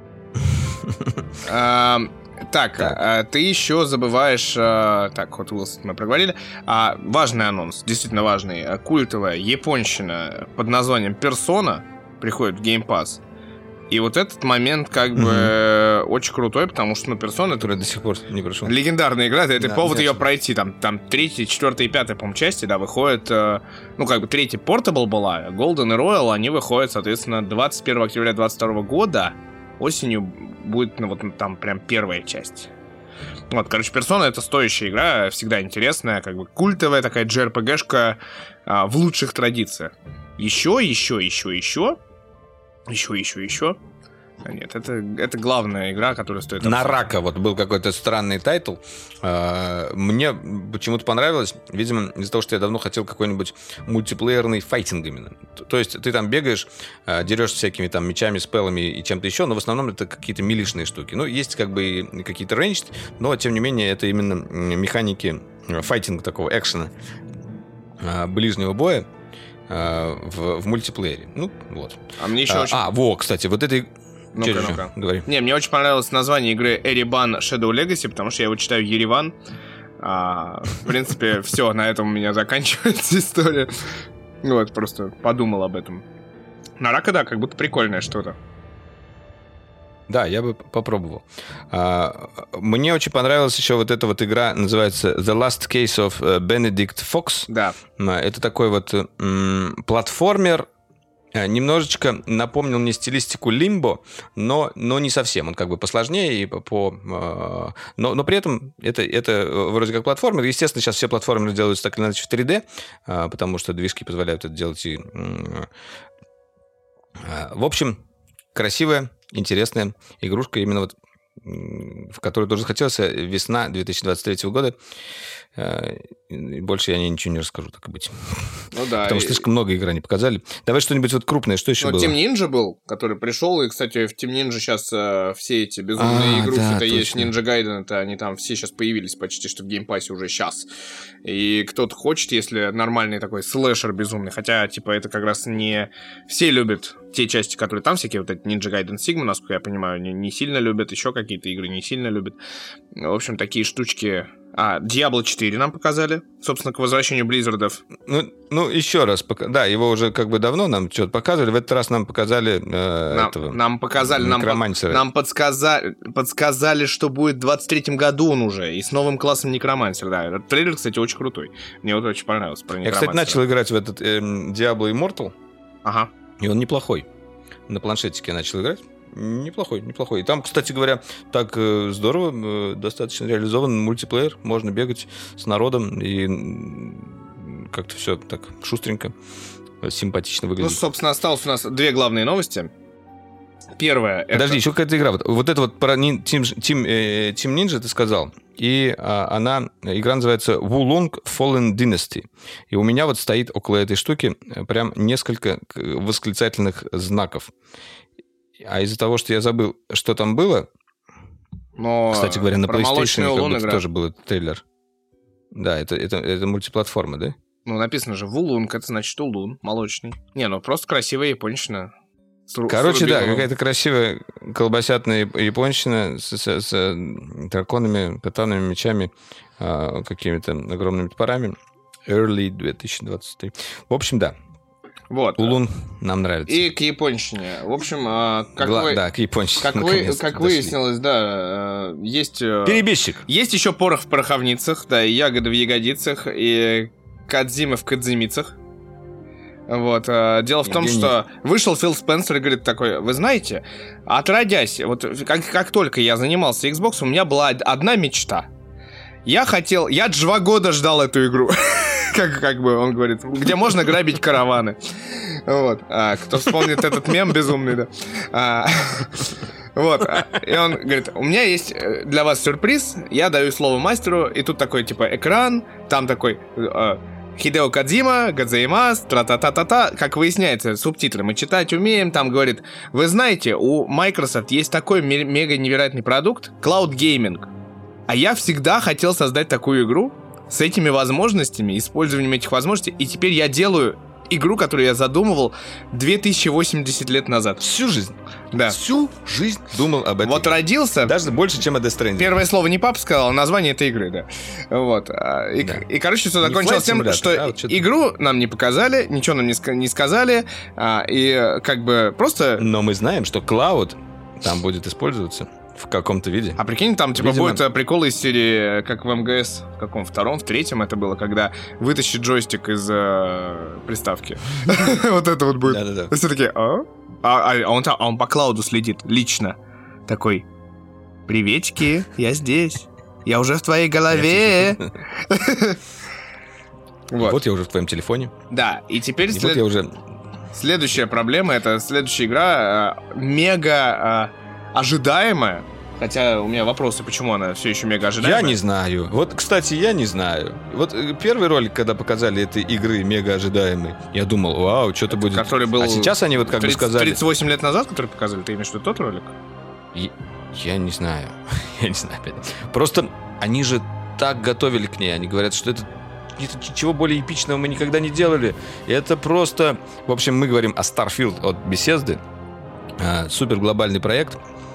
Так, так. А, ты еще забываешь... А, так, Hot Wheels мы проговорили. А, важный анонс, действительно важный. А, культовая японщина под названием Persona приходит в Game Pass. И вот этот момент как mm-hmm. бы очень крутой, потому что, ну, Persona... Которая до сих пор не прошел. Lегендарная игра, это да, повод ее конечно. пройти. Там, там третья, четвертая и пятая, по-моему, части, да, выходят... Э, ну, как бы третья Portable была, Golden и Royal, они выходят, соответственно, двадцать первого октября двадцать второго года. Осенью будет, ну, вот там прям первая часть. Вот, короче, Persona — это стоящая игра, всегда интересная, как бы культовая такая джей ар пи джи-шка а, в лучших традициях. Еще, еще, еще, еще. Еще, еще, еще. А нет, это, это главная игра, которая стоит... Нарака, вот был какой-то странный тайтл. Мне почему-то понравилось. Видимо, из-за того, что я давно хотел какой-нибудь мультиплеерный файтинг именно. То есть ты там бегаешь, дерешься всякими там мечами, спеллами и чем-то еще, но в основном это какие-то милишные штуки. Ну, есть как бы и какие-то рейнджд, но, тем не менее, это именно механики файтинга такого, экшена, ближнего боя в, в мультиплеере. Ну, вот. А мне еще а, очень... А, во, кстати, вот этой... Ну-ка, ну-ка. Говори. Не, мне очень понравилось название игры Ereban Shadow Legacy, потому что я его читаю Ереван. А, в принципе, все, на этом у меня заканчивается история. Вот, просто подумал об этом. Нарака, да, как будто прикольное что-то. Да, я бы попробовал. Мне очень понравилась еще вот эта вот игра, называется The Last Case of Benedict Fox. Да. Это такой вот м- платформер. Немножечко напомнил мне стилистику Limbo, но, но не совсем. Он как бы посложнее, и по, по, но, но при этом это, это вроде как платформер. Естественно, сейчас все платформеры делаются так или иначе в три дэ, потому что движки позволяют это делать. И... В общем, красивая, интересная игрушка, именно вот в которую тоже захотелось. Весна две тысячи двадцать третьего года. Больше я о ней ничего не расскажу, так и быть. Ну да. Потому что слишком много игр они показали. Давай что-нибудь вот крупное. Что еще ну, было? Team Ninja был, который пришел. И, кстати, в Team Ninja сейчас э, все эти безумные а, игрушки-то да, есть. Ninja Gaiden, это они там все сейчас появились почти что в геймпассе уже сейчас. И кто-то хочет, если нормальный такой слэшер безумный. Хотя, типа, это как раз не... Все любят те части, которые там, всякие вот эти Ninja Gaiden Sigma, насколько я понимаю, не, не сильно любят. Еще какие-то игры не сильно любят. В общем, такие штучки... А, Diablo четыре нам показали, собственно, к возвращению Близзардов. Ну, ну еще раз, да, его уже как бы давно нам что-то показывали, в этот раз нам показали э, нам, этого нам показали, нам, нам подсказали, подсказали, что будет в двадцать третьем году он уже, и с новым классом Некромансер, да. Этот трейлер, кстати, очень крутой, мне вот очень понравился про Некромансера. Я, кстати, начал играть в этот э, Diablo Immortal, ага. И он неплохой, на планшетике я начал играть. Неплохой, неплохой. И там, кстати говоря, так э, здорово, э, достаточно реализован мультиплеер. Можно бегать с народом, и как-то все так шустренько, симпатично выглядит. Ну, собственно, осталось у нас две главные новости. Первое. Подожди, это... еще какая-то игра. Вот, вот это вот про Team, Team, э, Team Ninja ты сказал. И а, она, игра называется Wulong Fallen Dynasty. И у меня вот стоит около этой штуки прям несколько восклицательных знаков. А из-за того, что я забыл, что там было... Но Кстати говоря, на PlayStation как будто игра. тоже был этот трейлер. Да, это, это, это мультиплатформа, да? Ну, написано же Вулунг, это значит улун, молочный. Не, ну просто красивая японщина. С, Короче, с да, какая-то красивая колбасятная японщина с, с, с драконами, катанами, мечами, э, какими-то огромными топорами. Early две тысячи двадцатый. В общем, да. Вот. Улун нам нравится. И к японщине. В общем, как Гла... вы... Да, к японщине. Как, вы, как выяснилось, да, есть... Перебежчик. Есть еще порох в пороховницах, да, и ягоды в ягодицах, и кадзимы в кадзимицах. Вот. Дело в том, Евгений. что вышел Фил Спенсер и говорит такой: вы знаете, отродясь, вот как, как только я занимался Xbox, у меня была одна мечта. Я хотел... Я два года ждал эту игру. Как, как бы он говорит, где можно грабить караваны. Вот. А, кто вспомнит этот мем безумный, да. А, вот. И он говорит: у меня есть для вас сюрприз. Я даю слово мастеру. И тут такой, типа, экран. Там такой... Хидео Кодзима, Гадзаимас, тра-та-та-та-та. Как выясняется, субтитры мы читать умеем. Там говорит: вы знаете, у Microsoft есть такой мега невероятный продукт Cloud Gaming. А я всегда хотел создать такую игру с этими возможностями, использованием этих возможностей. И теперь я делаю игру, которую я задумывал две тысячи восемьдесят лет назад. Всю жизнь. Да. Всю жизнь думал об этом. Вот родился... Даже больше, чем о Death Stranding. Первое слово не папа сказал, а название этой игры, да. Вот. И, да. и короче, все закончилось тем, что а, вот игру нам не показали, ничего нам не, ска- не сказали, а, и как бы просто... Но мы знаем, что Cloud там будет использоваться в каком-то виде. А прикинь, там типа Видимо... будет приколы из серии, как в эм гэ эс, в каком, втором, в третьем это было, когда вытащит джойстик из э, приставки. Вот это вот будет. Да-да-да. Все такие, а? А он по клауду следит лично. Такой: приветики, я здесь. Я уже в твоей голове. Вот я уже в твоем телефоне. Да, и теперь вот я уже... следующая проблема, это следующая игра мега ожидаемая. Хотя у меня вопросы, почему она все еще мега ожидаемая. Я не знаю. Вот, кстати, я не знаю. Вот первый ролик, когда показали этой игры мега ожидаемой, я думал: вау, что-то будет. Который был... А сейчас они вот как тридцать, бы сказали... тридцать восемь лет назад, который показали, ты имеешь в виду тот ролик? Я, я не знаю. Я не знаю опять. Просто они же так готовили к ней. Они говорят, что это... это ничего более эпичного мы никогда не делали. Это просто... В общем, мы говорим о Starfield от Bethesda. Супер глобальный проект.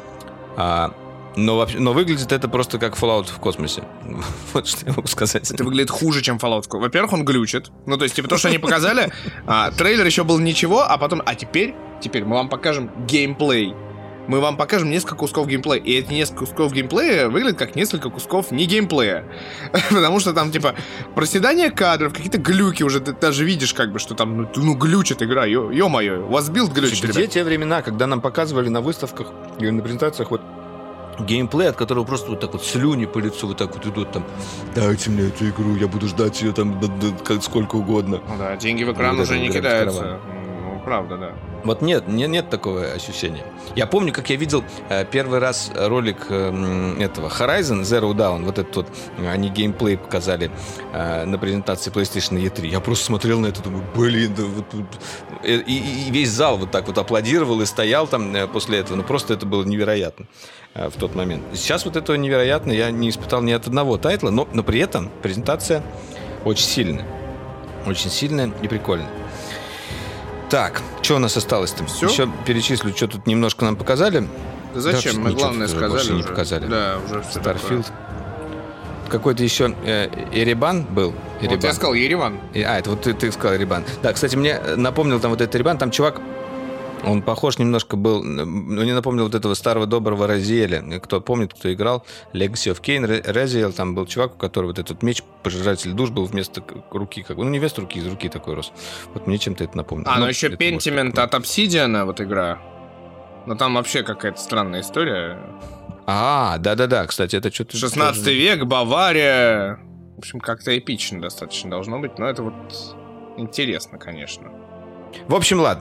Но, но выглядит это просто как Fallout в космосе. Вот что я могу сказать. Это выглядит хуже, чем Fallout. Во-первых, он глючит. Ну, то есть, типа, то, что они показали, а, трейлер еще был ничего, а потом... А теперь, теперь мы вам покажем геймплей. Мы вам покажем несколько кусков геймплея. И эти несколько кусков геймплея выглядят как несколько кусков не геймплея. Потому что там, типа, проседание кадров, какие-то глюки уже. Ты даже видишь, как бы, что там, ну, ну глючит игра. Ё- ё-моё, у вас билд глючит, Где ребят. те времена, когда нам показывали на выставках или на презентациях вот геймплей, от которого просто вот так вот слюни по лицу вот так вот идут там: дайте мне эту игру, я буду ждать ее там да, да, как, сколько угодно. Ну да, деньги в экран Вот уже не игра кидаются. Ну, правда, да. Вот нет, нет, нет такого ощущения. Я помню, как я видел э, первый раз ролик э, этого Horizon Zero Dawn, вот этот вот, они геймплей показали э, на презентации PlayStation и три. Я просто смотрел на это, думаю: блин, да вот, вот. И, и, и весь зал вот так вот аплодировал и стоял там э, после этого. Ну просто это было невероятно э, в тот момент. Сейчас вот этого невероятно я не испытал ни от одного тайтла, но, но при этом презентация очень сильная. Очень сильная и прикольная. Так, что у нас осталось-то? Всё? Еще перечислю, что тут немножко нам показали. Да зачем? Да, Мы ничего главное тут сказали больше не уже. показали. Да, уже все такое. Starfield. Какой-то еще э, Еребан был. Еребан. Вот я сказал Ереван. И- А, это вот ты, ты сказал Еребан. Да, кстати, мне напомнил там вот этот Еребан, там чувак, он похож немножко был, мне напомнил вот этого старого доброго Разиэля. Кто помнит, кто играл Legacy of Kain, Разиэль, там был чувак, у которого вот этот меч, пожиратель душ, был вместо руки, как, ну не вместо руки, из руки такой рос. Вот мне чем-то это напомнило. А, ну Ну, еще это может Pentiment такое. от Obsidian, вот игра. Но там вообще какая-то странная история. А, да-да-да, кстати, это что-то... шестнадцатый век, Бавария. В общем, как-то эпично достаточно должно быть, но это вот интересно, конечно. В общем, ладно.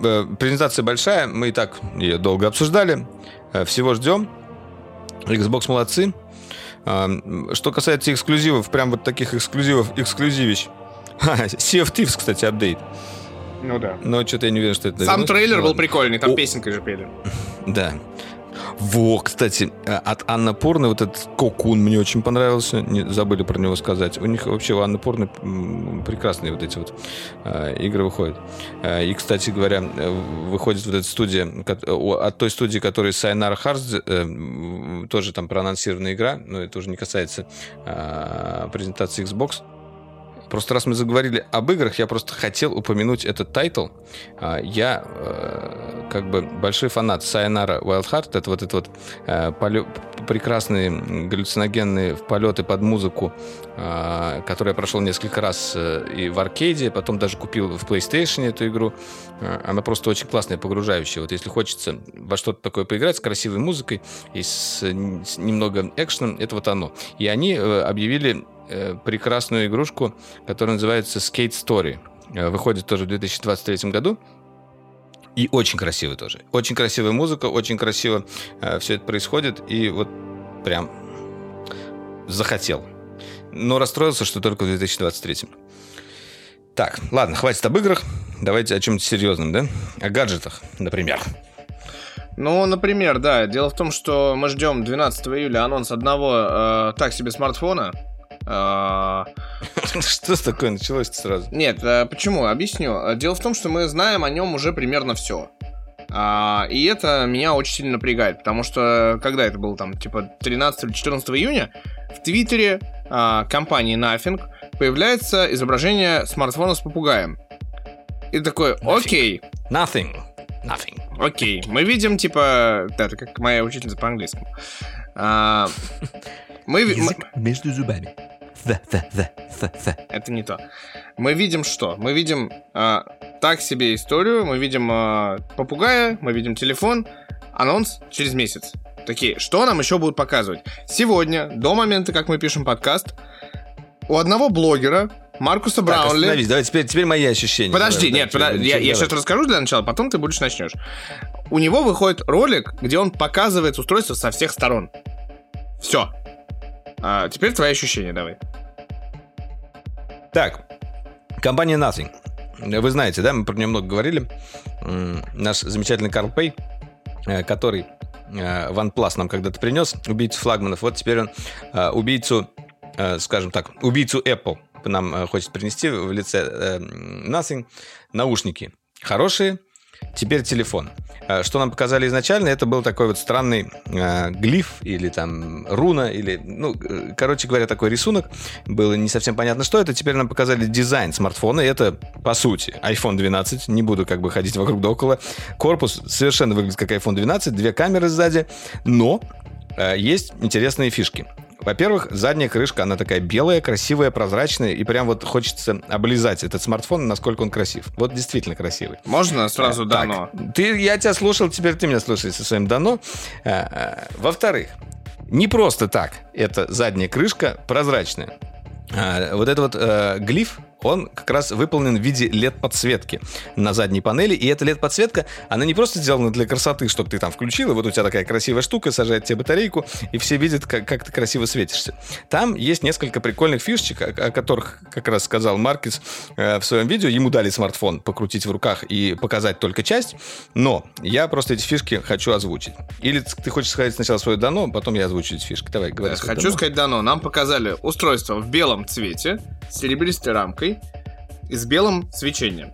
э, презентация большая, мы и так ее долго обсуждали. Э, всего ждем. Xbox молодцы. Э, что касается эксклюзивов, прям вот таких эксклюзивов, эксклюзивищ. Sea of Thieves, кстати, апдейт. Ну да. Но что-то я не уверен, что это... Сам трейлер ну, был прикольный, там О... песенкой же пели. Да. Во, кстати, от Анны Порны вот этот Кокун мне очень понравился. Не забыли про него сказать. У них вообще, у Анны Порны прекрасные вот эти вот э, игры выходят. Э, и, кстати говоря, выходит вот эта студия, от той студии, которая Sayonara Hearts, э, тоже там проанонсированная игра, но это уже не касается э, презентации Xbox. Просто раз мы заговорили об играх, я просто хотел упомянуть этот тайтл. Я э, как бы большой фанат Sayonara Wild Heart. Это вот это вот э, полё... прекрасные галлюциногенные полеты под музыку, э, которые я прошел несколько раз э, и в аркейде, потом даже купил в PlayStation эту игру. Э, она просто очень классная, погружающая. Вот если хочется во что-то такое поиграть с красивой музыкой и с, с немного экшеном, это вот оно. И они э, объявили прекрасную игрушку, которая называется Skate Story. Выходит тоже в две тысячи двадцать третьем году. И очень красивый тоже. Очень красивая музыка, очень красиво э, все это происходит. И вот прям захотел. Но расстроился, что только в две тысячи двадцать третьем. Так, ладно, хватит об играх. Давайте о чем-то серьезном, да? О гаджетах, например. Ну, например, да. Дело в том, что мы ждем двенадцатого июля анонс одного э, так себе смартфона. Что такое началось-то сразу? Нет, почему? Объясню. Дело в том, что мы знаем о нем уже примерно все. И это меня очень сильно напрягает, потому что, когда это было, там, типа, тринадцатого или четырнадцатого июня, в Твиттере компании Nothing появляется изображение смартфона с попугаем. И такой, окей. Nothing. Nothing. Окей. Мы видим, типа, да, это как моя учительница по английскому. Мы... Язык между зубами. The, the, the, the, the. Это не то. Мы видим что? Мы видим э, так себе историю, мы видим э, попугая, мы видим телефон, анонс через месяц. Такие, что нам еще будут показывать? Сегодня, до момента, как мы пишем подкаст, у одного блогера, Маркуса Браунли... Так, остановись, давай теперь, теперь мои ощущения. Подожди, давай, нет, да, подожди, я, я сейчас расскажу для начала, потом ты будешь начнешь. У него выходит ролик, где он показывает устройство со всех сторон. Все. А теперь твои ощущения давай. Так, компания Nothing. Вы знаете, да, мы про нее много говорили. Наш замечательный Карл Пэй, который OnePlus нам когда-то принес, убийцу флагманов. Вот теперь он убийцу, скажем так, убийцу Apple нам хочет принести в лице Nothing. Наушники хорошие. Теперь телефон. Что нам показали изначально, это был такой вот странный э, глиф или там руна, или, ну, короче говоря, такой рисунок. Было не совсем понятно, что это. Теперь нам показали дизайн смартфона, и это, по сути, айфон двенадцать. Не буду как бы ходить вокруг да около. Корпус совершенно выглядит как айфон двенадцать, две камеры сзади, но э, есть интересные фишки. Во-первых, задняя крышка, она такая белая, красивая, прозрачная, и прям вот хочется облизать этот смартфон, насколько он красив. Вот действительно красивый. Можно сразу так, дано? Ты, я тебя слушал, теперь ты меня слушай со своим дано. Во-вторых, не просто так эта задняя крышка прозрачная. Вот этот вот э, глиф, он как раз выполнен в виде эл и ди-подсветки на задней панели. И эта эл и ди-подсветка, она не просто сделана для красоты, чтобы ты там включил, и вот у тебя такая красивая штука, сажает тебе батарейку, и все видят, как, как ты красиво светишься. Там есть несколько прикольных фишечек, о, о которых как раз сказал Маркес э, в своем видео. Ему дали смартфон покрутить в руках и показать только часть, но я просто эти фишки хочу озвучить. Или ты хочешь сказать сначала свое дано, потом я озвучу эти фишки. Давай, говори. Хочу дано. сказать дано. Нам показали устройство в белом цвете, с серебристой рамкой и с белым свечением.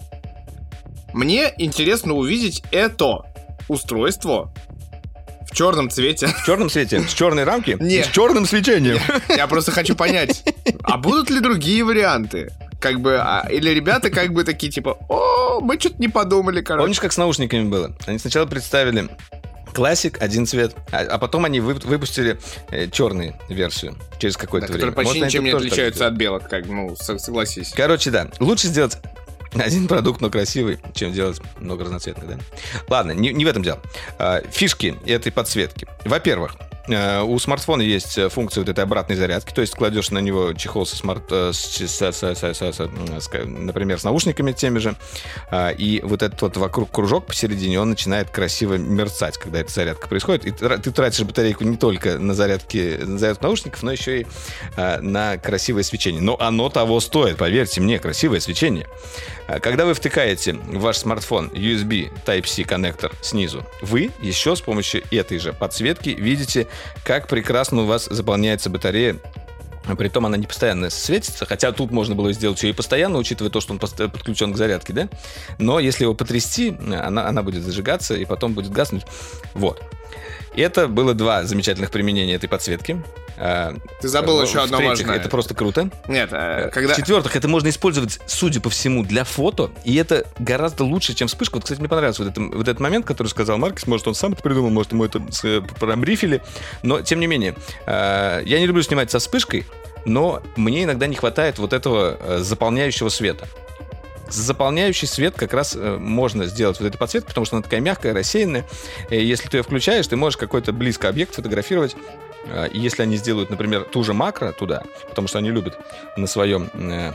Мне интересно увидеть это устройство в черном цвете. В черном цвете? С черной рамки? Нет. С черным свечением? Я просто хочу понять, а будут ли другие варианты? Как бы, а, или ребята как бы такие, типа, о, мы что-то не подумали, короче. Помнишь, как с наушниками было? Они сначала представили классик, один цвет, а, а потом они вы, выпустили э, черную версию через какое-то да, время. Которые почти Может, ничем не отличаются от белых, как, ну, согласись. Короче, да, лучше сделать один продукт, но красивый, чем делать много разноцветных, да? Ладно, не, не в этом дело. А, фишки этой подсветки. Во-первых, у смартфона есть функция вот этой обратной зарядки, то есть кладешь на него чехол со смарт, с, с, с, с, с, например, с наушниками теми же, и вот этот вот вокруг кружок посередине, он начинает красиво мерцать, когда эта зарядка происходит. И ты тратишь батарейку не только на зарядки, на зарядку наушников, но еще и на красивое свечение. Но оно того стоит, поверьте мне, красивое свечение. Когда вы втыкаете в ваш смартфон ю эс би Type-C коннектор снизу, вы еще с помощью этой же подсветки видите, как прекрасно у вас заполняется батарея. Притом она не постоянно светится, хотя тут можно было сделать ее и постоянно, учитывая то, что он подключен к зарядке, да? Но если его потрясти, она, она будет зажигаться и потом будет гаснуть. Вот. Это было два замечательных применения этой подсветки. Ты забыл еще одно важное. Это просто круто. Нет, когда... В-четвертых, это можно использовать, судя по всему, для фото. И это гораздо лучше, чем вспышка. Вот, кстати, мне понравился вот, это, вот этот момент, который сказал Маркес. Может, он сам это придумал, может, ему это пробрифили. Но, тем не менее, я не люблю снимать со вспышкой, но мне иногда не хватает вот этого заполняющего света. Заполняющий свет как раз можно сделать вот этой подсветкой, потому что она такая мягкая, рассеянная. И если ты ее включаешь, ты можешь какой-то близко объект фотографировать. И если они сделают, например, ту же макро туда, потому что они любят на своем,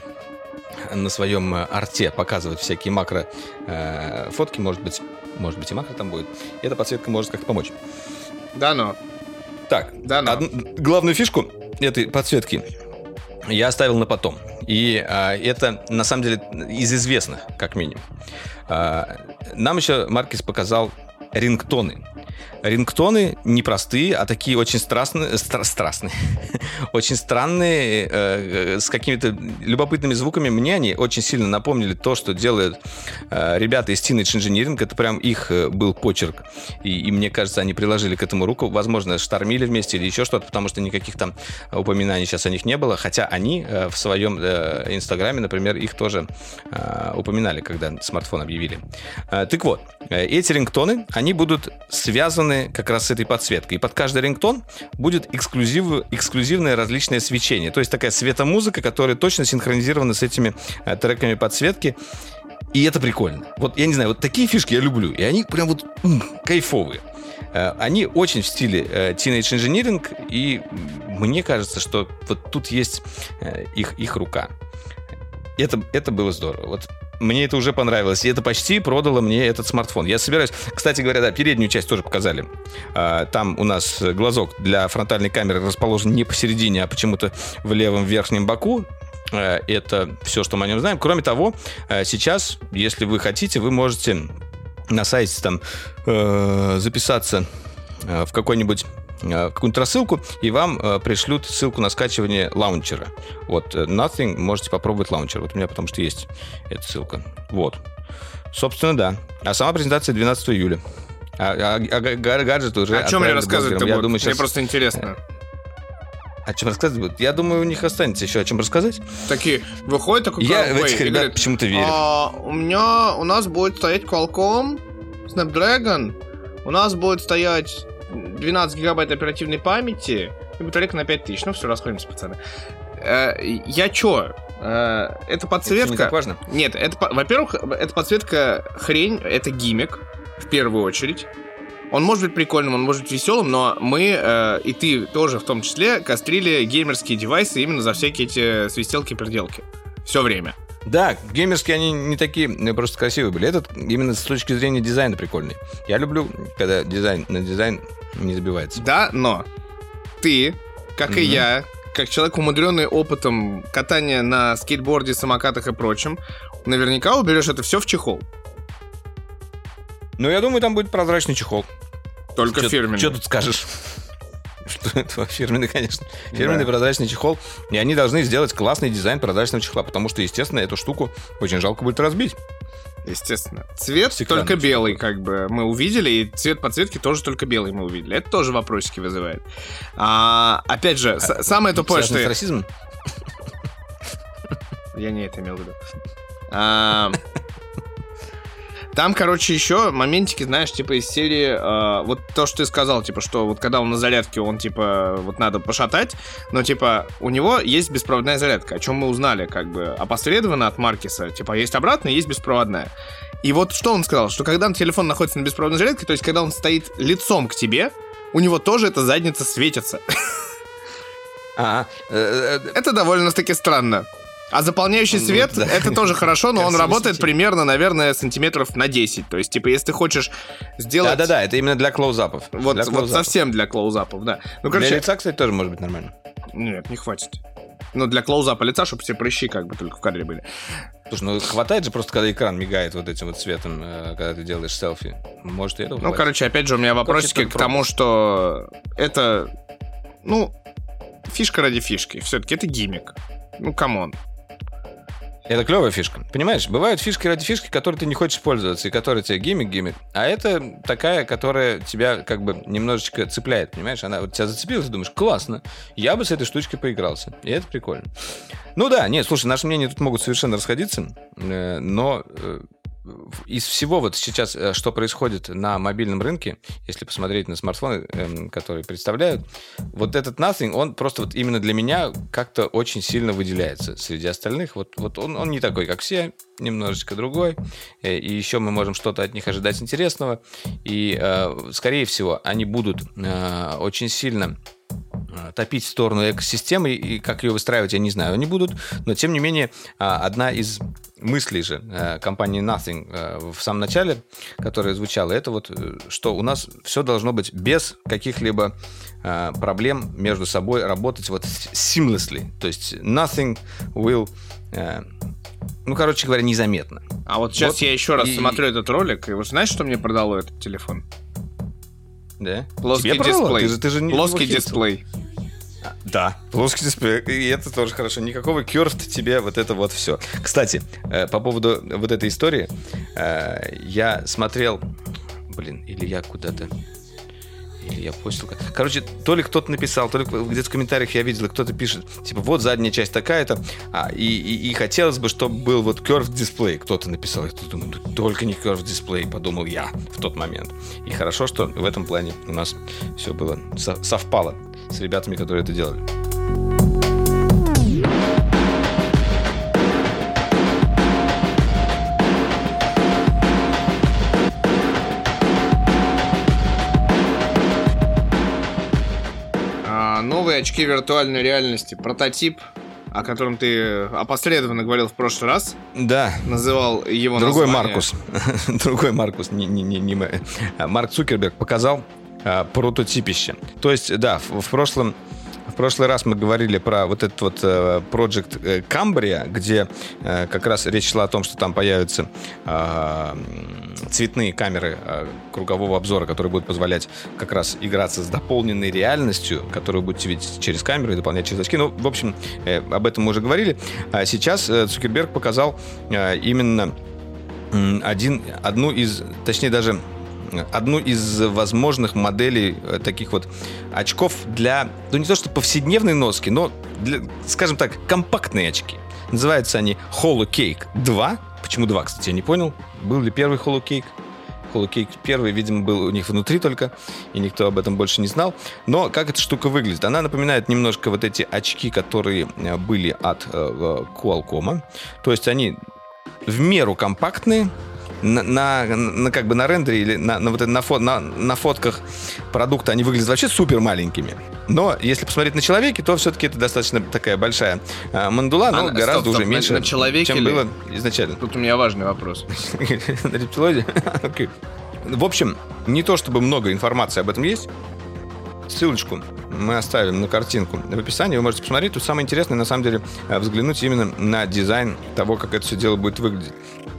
на своем арте показывать всякие макро фотки, может быть, может быть и макро там будет, эта подсветка может как-то помочь. Да, но. Так, да, но. Одну, главную фишку этой подсветки я оставил на потом. И а, это, на самом деле, из известных, как минимум. А, нам еще Маркес показал рингтоны. Рингтоны не простые, а такие очень страстные, стра- страстные, очень странные, э, с какими-то любопытными звуками. Мне они очень сильно напомнили то, что делают э, ребята из Teenage Engineering. Это прям их э, был почерк. И, и мне кажется, они приложили к этому руку. Возможно, штормили вместе или еще что-то, потому что никаких там упоминаний сейчас о них не было. Хотя они э, в своем э, инстаграме, например, их тоже э, упоминали, когда смартфон объявили. Э, так вот, э, эти рингтоны, они будут связаны как раз с этой подсветкой. И под каждый рингтон будет эксклюзив, эксклюзивное различное свечение. То есть такая светомузыка, которая точно синхронизирована с этими э, треками подсветки. И это прикольно. Вот, я не знаю, вот такие фишки я люблю. И они прям вот м, кайфовые. Э, они очень в стиле э, Teenage Engineering. И мне кажется, что вот тут есть э, их, их рука. Это, это было здорово. Вот мне это уже понравилось. И это почти продало мне этот смартфон. Я собираюсь... Кстати говоря, да, переднюю часть тоже показали. Там у нас глазок для фронтальной камеры расположен не посередине, а почему-то в левом верхнем боку. Это все, что мы о нем знаем. Кроме того, сейчас, если вы хотите, вы можете на сайте там записаться в какой-нибудь... какую-нибудь рассылку, и вам э, пришлют ссылку на скачивание лаунчера. Вот, Nothing, можете попробовать лаунчер. Вот у меня потому что есть эта ссылка. Вот. Собственно, да. А сама презентация двенадцатого июля. А, а, а гаджет уже... О чем мне рассказывать-то я будет? Думаю, сейчас... Мне сейчас... просто интересно. О чем рассказывать будет? Я думаю, у них останется еще о чем рассказать. Такие, выходит такой... Я в этих ребят говорит, почему-то верю. А, у меня... У нас будет стоять Qualcomm Snapdragon. У нас будет стоять... двенадцать гигабайт оперативной памяти и батарейка на пять тысяч. Ну, все, расходимся, пацаны. Э, я чё? Э, это подсветка... Это не так важно? Нет, это, во-первых, эта подсветка хрень, это гиммик, в первую очередь. Он может быть прикольным, он может быть веселым, но мы, э, и ты тоже в том числе, кострили геймерские девайсы именно за всякие эти свистелки-переделки. Все время. Да, геймерские они не такие просто красивые были. Этот именно с точки зрения дизайна прикольный. Я люблю, когда дизайн на дизайн не забивается. Да, но ты, как mm-hmm. и я, как человек, умудренный опытом катания на скейтборде, самокатах и прочем, наверняка уберешь это все в чехол. Ну, я думаю, там будет прозрачный чехол. Только чё, фирменный. Что тут скажешь? Что это фирменный, конечно. Фирменный да. прозрачный чехол. И они должны сделать классный дизайн прозрачного чехла, потому что, естественно, эту штуку очень жалко будет разбить. Естественно. Цвет Стеклянный только чехол. Белый, как бы, мы увидели, и цвет подсветки тоже только белый мы увидели. Это тоже вопросики вызывает. А, опять же, а, с- самое тупое, что... с расизмом? Я не это имел в виду. А... Там, короче, еще моментики, знаешь, типа из серии, э, вот то, что ты сказал, типа, что вот когда он на зарядке, он, типа, вот надо пошатать, но, типа, у него есть беспроводная зарядка, о чем мы узнали, как бы, опосредованно от Маркеса, типа, есть обратная, есть беспроводная. И вот что он сказал, что когда телефон находится на беспроводной зарядке, то есть когда он стоит лицом к тебе, у него тоже эта задница светится. А, это довольно-таки странно. А заполняющий свет, ну, да. это тоже хорошо, но он работает примерно, наверное, сантиметров на десять. То есть, типа, если ты хочешь сделать... Да-да-да, это именно для клоузапов. Вот, для вот клоузапов. совсем для клоузапов, да. Ну, короче... Для лица, кстати, тоже может быть нормально. Нет, не хватит. Ну, для клоузапа лица, чтобы все прыщи как бы только в кадре были. Слушай, ну хватает же просто, когда экран мигает вот этим вот цветом, когда ты делаешь селфи. Может, и этого Ну, хватит. короче, опять же, у меня вопросики к тому, что это... Ну, фишка ради фишки. Все-таки это гиммик. Ну, камон. Это клевая фишка. Понимаешь, бывают фишки ради фишки, которые ты не хочешь пользоваться, и которые тебе гиммик-гиммик. А это такая, которая тебя как бы немножечко цепляет, понимаешь? Она вот тебя зацепила, ты думаешь, классно, я бы с этой штучкой поигрался. И это прикольно. Ну да, нет, слушай, наши мнения тут могут совершенно расходиться, но... Из всего вот сейчас, что происходит на мобильном рынке, если посмотреть на смартфоны, которые представляют, вот этот Nothing, он просто вот именно для меня как-то очень сильно выделяется среди остальных. Вот, вот он, он не такой, как все, немножечко другой, и еще мы можем что-то от них ожидать интересного, и, скорее всего, они будут очень сильно топить в сторону экосистемы, и как ее выстраивать, я не знаю, они будут, но тем не менее одна из мыслей же компании Nothing в самом начале, которая звучала, это вот, что у нас все должно быть без каких-либо проблем между собой работать вот seamlessly, то есть Nothing will, ну, короче говоря, незаметно. А вот сейчас вот я еще раз и... смотрю этот ролик, и вы знаете, что мне продало этот телефон? Да? Плоский дисплей. Ты же, ты же не Плоский дисплей. Да, плоский дисплей. И это тоже хорошо. Никакого curved тебе вот это вот все. Кстати, по поводу вот этой истории, я смотрел... Блин, или я куда-то... Или я постил... Короче, то ли кто-то написал, то ли где-то в комментариях я видел, кто-то пишет, типа, вот задняя часть такая-то, а, и, и, и хотелось бы, чтобы был вот curved дисплей. Кто-то написал, я думаю, только не curved дисплей, подумал я в тот момент. И хорошо, что в этом плане у нас все было совпало с ребятами, которые это делали. Новые очки виртуальной реальности. Прототип, о котором ты опосредованно говорил в прошлый раз. Да. Называл его Другой название. Маркус. Другой Маркус. Не, не, не, не. Марк Цукерберг показал а, прототипище. То есть, да, в, в прошлом... В прошлый раз мы говорили про вот этот вот Project Cambria, где как раз речь шла о том, что там появятся цветные камеры кругового обзора, которые будут позволять как раз играться с дополненной реальностью, которую будете видеть через камеру и дополнять через очки. Ну, в общем, об этом мы уже говорили. А сейчас Цукерберг показал именно один, одну из, точнее даже... одну из возможных моделей таких вот очков для, ну не то что повседневной носки, но, для, скажем так, компактные очки. Называются они HoloCake два. Почему два, кстати, я не понял. Был ли первый HoloCake? HoloCake первый, видимо, был у них внутри только, и никто об этом больше не знал. Но как эта штука выглядит? Она напоминает немножко вот эти очки, которые были от э, Qualcomm. То есть они в меру компактные. На, на, на, как бы на рендере или на, на, вот, на, фо, на, на фотках продукта они выглядят вообще супер маленькими. Но если посмотреть на человеке, то все-таки это достаточно такая большая а, мандула, но а, гораздо стоп, уже стоп, меньше, на человеке чем или... было изначально. Тут у меня важный вопрос. На рептилоиде? Окей. В общем, не то чтобы много информации об этом есть. Ссылочку мы оставим на картинку в описании. Вы можете посмотреть. Тут самое интересное, на самом деле, взглянуть именно на дизайн того, как это все дело будет выглядеть.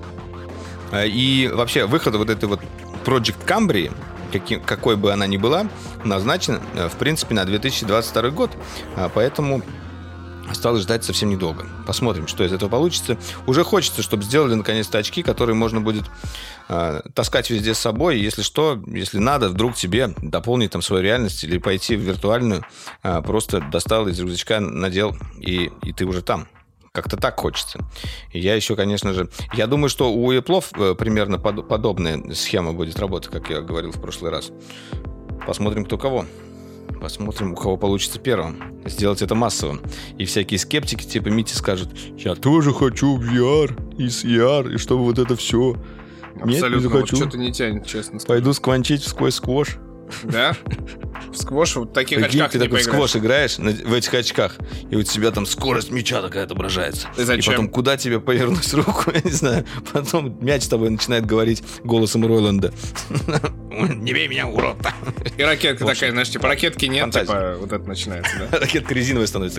И вообще выход вот этой вот Project Cambria, каким, какой бы она ни была, назначен, в принципе, на две тысячи двадцать второй год. Поэтому осталось ждать совсем недолго. Посмотрим, что из этого получится. Уже хочется, чтобы сделали наконец-то очки, которые можно будет э, таскать везде с собой. Если что, если надо, вдруг тебе дополнить там свою реальность или пойти в виртуальную, э, просто достал из рюкзачка, надел, и, и ты уже там. Как-то так хочется. И я еще, конечно же... Я думаю, что у Apple примерно под, подобная схема будет работать, как я говорил в прошлый раз. Посмотрим, кто кого. Посмотрим, у кого получится первым. Сделать это массовым. И всякие скептики типа Мити скажут: я тоже хочу в ви ар и с и ар, и чтобы вот это все. Абсолютно. Нет, не захочу. Вот что-то не тянет, честно. Пойду скванчить в сквозь сквош. Да? В сквош в таких Прикинь, очках ты не такой в поиграешь. сквош играешь на- в этих очках, и у тебя там скорость мяча такая отображается. И зачем? И потом, куда тебе повернуть руку, я не знаю. Потом мяч с тобой начинает говорить голосом Ройланда. Не бей меня, урод. И ракетка В общем, такая, знаешь, типа ракетки нет, фантазия. типа вот это начинается, да? Ракетка резиновая становится.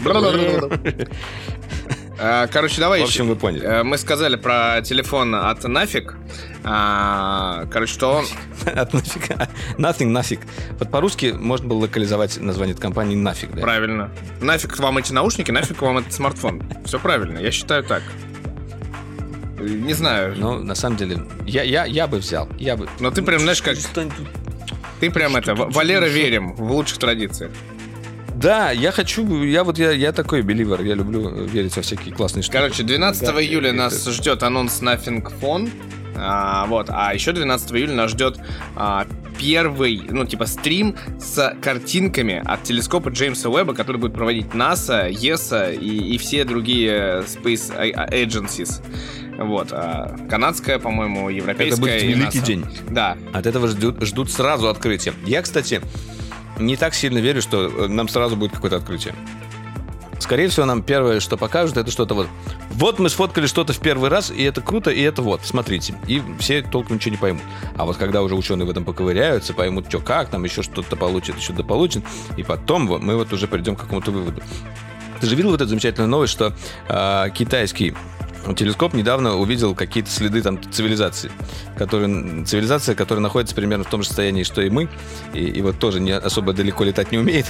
А, Короче, давай В общем, еще. вы поняли. Э, Мы сказали про телефон от Нафиг. А, Короче, что он... От нафига. Nothing, нафиг. Вот по-русски можно было локализовать название этой компании нафиг, да? Правильно. Нафиг вам эти наушники, нафиг вам этот смартфон. Все правильно, я считаю так. Не знаю. Но на самом деле, я, я, я бы взял. Я бы... Но ты прям, знаешь, как... Ты прям это, В- Валера верим в лучших традициях. Да, я хочу, я вот я, я такой беливер, я люблю верить во всякие классные штуки. Короче, двенадцатого Да, июля и нас это- ждет анонс Nothing Phone. А, вот, а еще двенадцатого июля нас ждет а, первый, ну, типа, стрим с картинками от телескопа Джеймса Уэбба, который будет проводить НАСА, ЕСА и, и все другие Space Agencies. Вот, а, канадская, по-моему, европейская. Это будет и великий НАСА. день. Да. От этого ждут, ждут сразу открытия. Я, кстати, не так сильно верю, что нам сразу будет какое-то открытие. Скорее всего, нам первое, что покажут, это что-то вот... Вот мы сфоткали что-то в первый раз, и это круто, и это вот, смотрите. И все толком ничего не поймут. А вот когда уже ученые в этом поковыряются, поймут, что как, там еще что-то получит, еще что-то получит, и потом вот мы вот уже придем к какому-то выводу. Ты же видел вот эту замечательную новость, что э, китайский телескоп недавно увидел какие-то следы там цивилизации, которые, цивилизация, которая находится примерно в том же состоянии, что и мы, и, и вот тоже не особо далеко летать не умеет,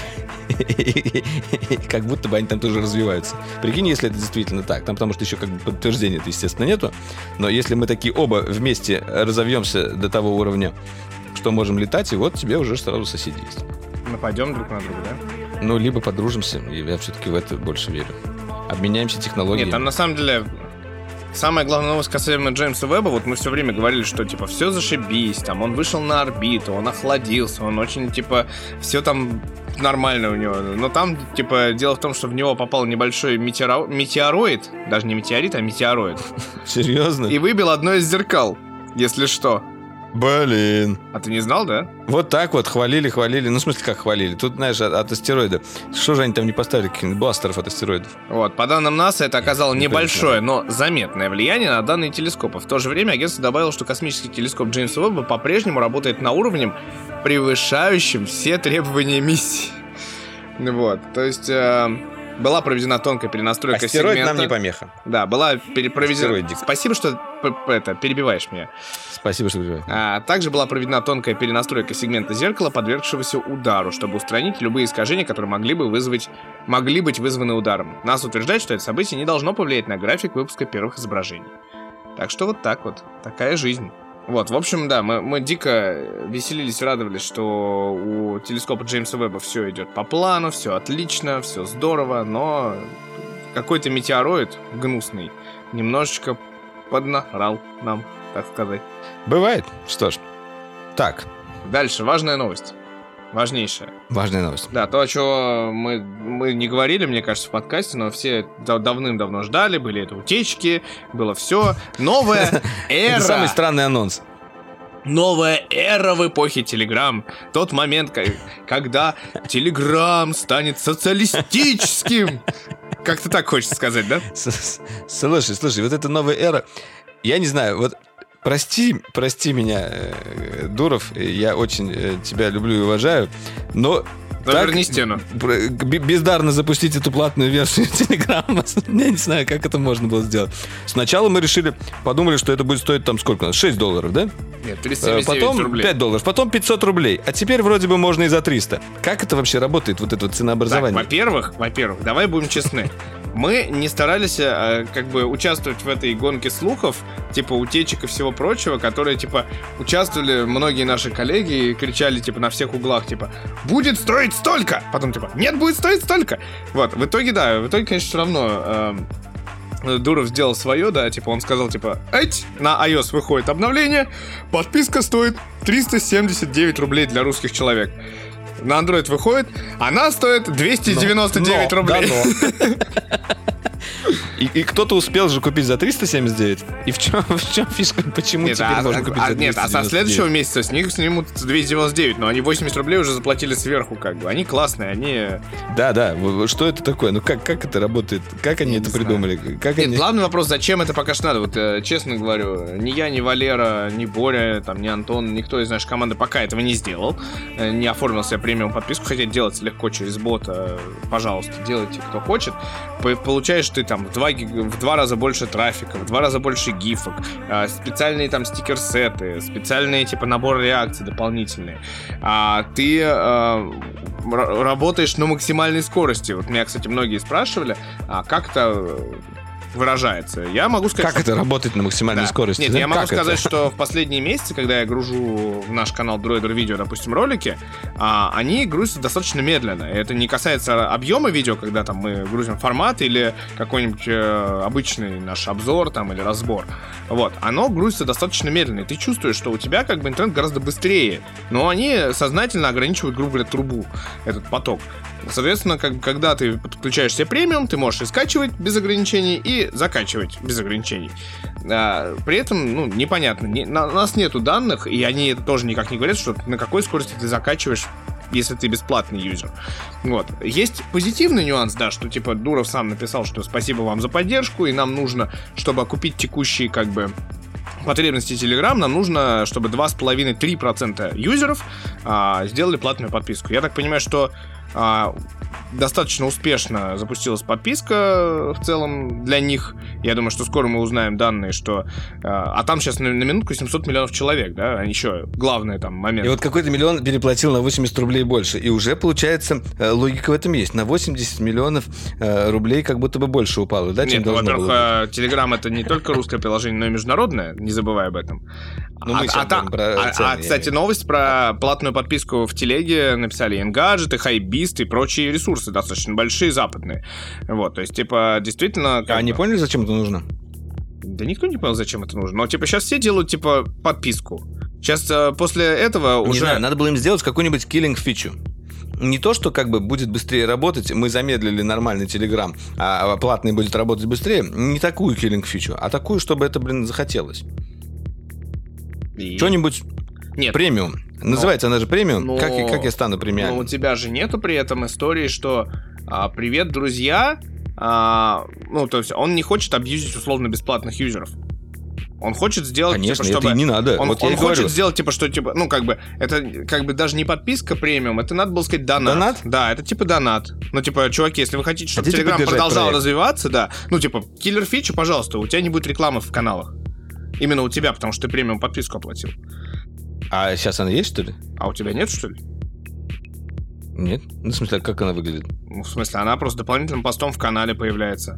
как будто бы они там тоже развиваются. Прикинь, если это действительно так, там потому что еще как бы подтверждения это, естественно, нету, но если мы такие оба вместе разовьемся до того уровня, что можем летать, и вот тебе уже сразу соседи есть. Нападем друг на друга, да? Ну, либо подружимся, и я все-таки в это больше верю. Обменяемся технологиями. Нет, там на самом деле самая главная новость касаемо Джеймса Уэбба, вот мы все время говорили, что типа все зашибись, там он вышел на орбиту, он охладился, он очень типа все там нормально у него. Но там типа дело в том, что в него попал небольшой метеоро... метеороид, даже не метеорит, а метеороид, Серьезно? и выбил одно из зеркал, если что. Блин. А ты не знал, да? Вот так вот хвалили, хвалили. Ну, в смысле, как хвалили? Тут, знаешь, от, от астероида. Что же они там не поставили, каких-нибудь бластеров от астероидов? Вот, по данным НАСА, это оказало Не небольшое, но заметное влияние на данные телескопы. В то же время агентство добавило, что космический телескоп Джеймса Уэбба по-прежнему работает на уровне, превышающем все требования миссии. Вот, то есть э, была проведена тонкая перенастройка Астероид сегмента. нам не помеха. Да, была пере- проведена... Астероидик. Спасибо, что п- п- это, перебиваешь меня. Спасибо, что вы... А также была проведена тонкая перенастройка сегмента зеркала, подвергшегося удару, чтобы устранить любые искажения, которые могли бы вызвать, могли быть вызваны ударом. НАСА утверждает, что это событие не должно повлиять на график выпуска первых изображений. Так что вот так вот. Такая жизнь. Вот, в общем, да, мы, мы дико веселились, радовались, что у телескопа Джеймса Уэбба все идет по плану, все отлично, все здорово, но какой-то метеороид гнусный немножечко поднахрал нам, так сказать. Бывает. Что ж. Так, Дальше, важная новость. Важнейшая. важная новость. Да, то, о чем мы, мы не говорили, мне кажется, в подкасте, но все дав- давным-давно ждали, были это утечки, было все. Новая эра. Это самый странный анонс. Новая эра в эпохе Телеграм. Тот момент, ка- когда Телеграм станет социалистическим. Как-то так хочется сказать, да? С- с- Слушай, слушай, вот эта новая эра, я не знаю, вот прости, прости меня, э, Дуров, я очень э, тебя люблю и уважаю, но так Верни стену. б- б- бездарно запустить эту платную версию Телеграма, я не знаю, как это можно было сделать. Сначала мы решили, подумали, что это будет стоить там сколько? шесть долларов, да? Нет, триста Э, семьдесят девять Потом рублей. пять долларов, потом пятьсот рублей, а теперь вроде бы можно и за триста. Как это вообще работает, вот это вот Так, ценообразование? во-первых, во-первых, давай будем честны. Мы не старались э, как бы участвовать в этой гонке слухов, типа утечек и всего прочего, которые, типа, участвовали многие наши коллеги и кричали, типа, на всех углах, типа, будет стоить столько! Потом, типа, нет, будет стоить столько! Вот, в итоге, да, в итоге, конечно, все равно э, Дуров сделал свое, да, типа, он сказал, типа, эть, на iOS выходит обновление, подписка стоит триста семьдесят девять рублей для русских человек. На Android выходит, она стоит двести девяносто девять Но, рублей. да, но. И, и кто-то успел же купить за триста семьдесят девять. И в чем, в чем фишка? Почему Нет, теперь а, можно а, купить а, за нет, триста девяносто девять? а со следующего месяца с них снимут двести девяносто девять, но они восемьдесят рублей уже заплатили сверху, как бы. Они классные, они... Да, да. Что это такое? Ну как, как это работает? Как они Я это не знаю. придумали? Как Нет, они... главный вопрос, зачем это пока что надо? Вот э, честно говорю, ни я, ни Валера, ни Боря, там, ни Антон, никто из нашей команды пока этого не сделал. Э, не оформил себе премиум подписку, хотя делается легко через бота. Пожалуйста, делайте, кто хочет. П- получаешь ты там в два, гиг... в два раза больше трафика, в два раза больше гифок, э, специальные там стикер-сеты, специальные типа набор реакций дополнительные. А ты э, р- работаешь на максимальной скорости. Вот меня, кстати, многие спрашивали, а как это выражается. Я могу сказать, Как что... это работает на максимальной Да. скорости? Нет, да? я могу Как сказать, это? что в последние месяцы, когда я гружу в наш канал Droider видео, допустим, ролики, а, они грузятся достаточно медленно. И это не касается объема видео, когда там мы грузим формат или какой-нибудь э, обычный наш обзор там или разбор. Вот. Оно грузится достаточно медленно. И ты чувствуешь, что у тебя как бы интернет гораздо быстрее. Но они сознательно ограничивают, грубо говоря, трубу, этот поток. Соответственно, как, когда ты подключаешь себе премиум, ты можешь и скачивать без ограничений, и закачивать без ограничений. А, при этом, ну, непонятно. Не, на, у нас нету данных, и они это тоже никак не говорят, что на какой скорости ты закачиваешь, если ты бесплатный юзер. Вот. Есть позитивный нюанс, да, что типа Дуров сам написал, что спасибо вам за поддержку, и нам нужно, чтобы окупить текущие, как бы, потребности Telegram, нам нужно, чтобы два с половиной - три процента юзеров а, сделали платную подписку. Я так понимаю, что а, достаточно успешно запустилась подписка в целом для них. Я думаю, что скоро мы узнаем данные, что... А, а там сейчас на, на минутку семьсот миллионов человек, да? А еще главный там момент. И вот какой-то миллион переплатил на восемьдесят рублей больше. И уже, получается, э, логика в этом есть. На восемьдесят миллионов э, рублей как будто бы больше упало, да, чем Нет, ну, должно во-первых, было быть? э, Telegram — это не только русское приложение, но и международное, не забывай об этом. Ну, мы а, сейчас а, та- говорим про а- цены, а, я кстати, имею. новость про платную подписку в Телеге написали Engadget, Hypebeast и прочие ресурсы достаточно большие, западные. Вот, то есть, типа, действительно... А как они бы- поняли, зачем это нужно? Да никто не понял, зачем это нужно. Но, типа, сейчас все делают, типа, подписку. Сейчас э, после этого Не уже... знаю, надо было им сделать какую-нибудь killing фичу. Не то, что как бы будет быстрее работать, мы замедлили нормальный Telegram, а платный будет работать быстрее. Не такую killing фичу, а такую, чтобы это, блин, захотелось. И- Что-нибудь Нет. премиум. Называется она же премиум. но- Как, я- как я стану Но премиальным? у тебя же нету при этом истории, что а, привет, друзья. А, ну, то есть он не хочет абьюзить условно бесплатных юзеров. Он хочет сделать, Конечно, типа, это чтобы... и не надо. Он, Вот я он и хочет говорю. сделать, типа, что, типа, ну, как бы, это как бы даже не подписка премиум, это надо было сказать донат. Донат? Да, это типа донат. Ну, типа, чуваки, если вы хотите, чтобы Хотите Telegram поддержать продолжал проект? развиваться, да, ну, типа, киллер фича, пожалуйста, у тебя не будет рекламы в каналах. Именно у тебя, потому что ты премиум подписку оплатил. А сейчас она есть, что ли? А у тебя нет, что ли? Нет? Ну, в смысле, как она выглядит? Ну, в смысле, она просто дополнительным постом в канале появляется.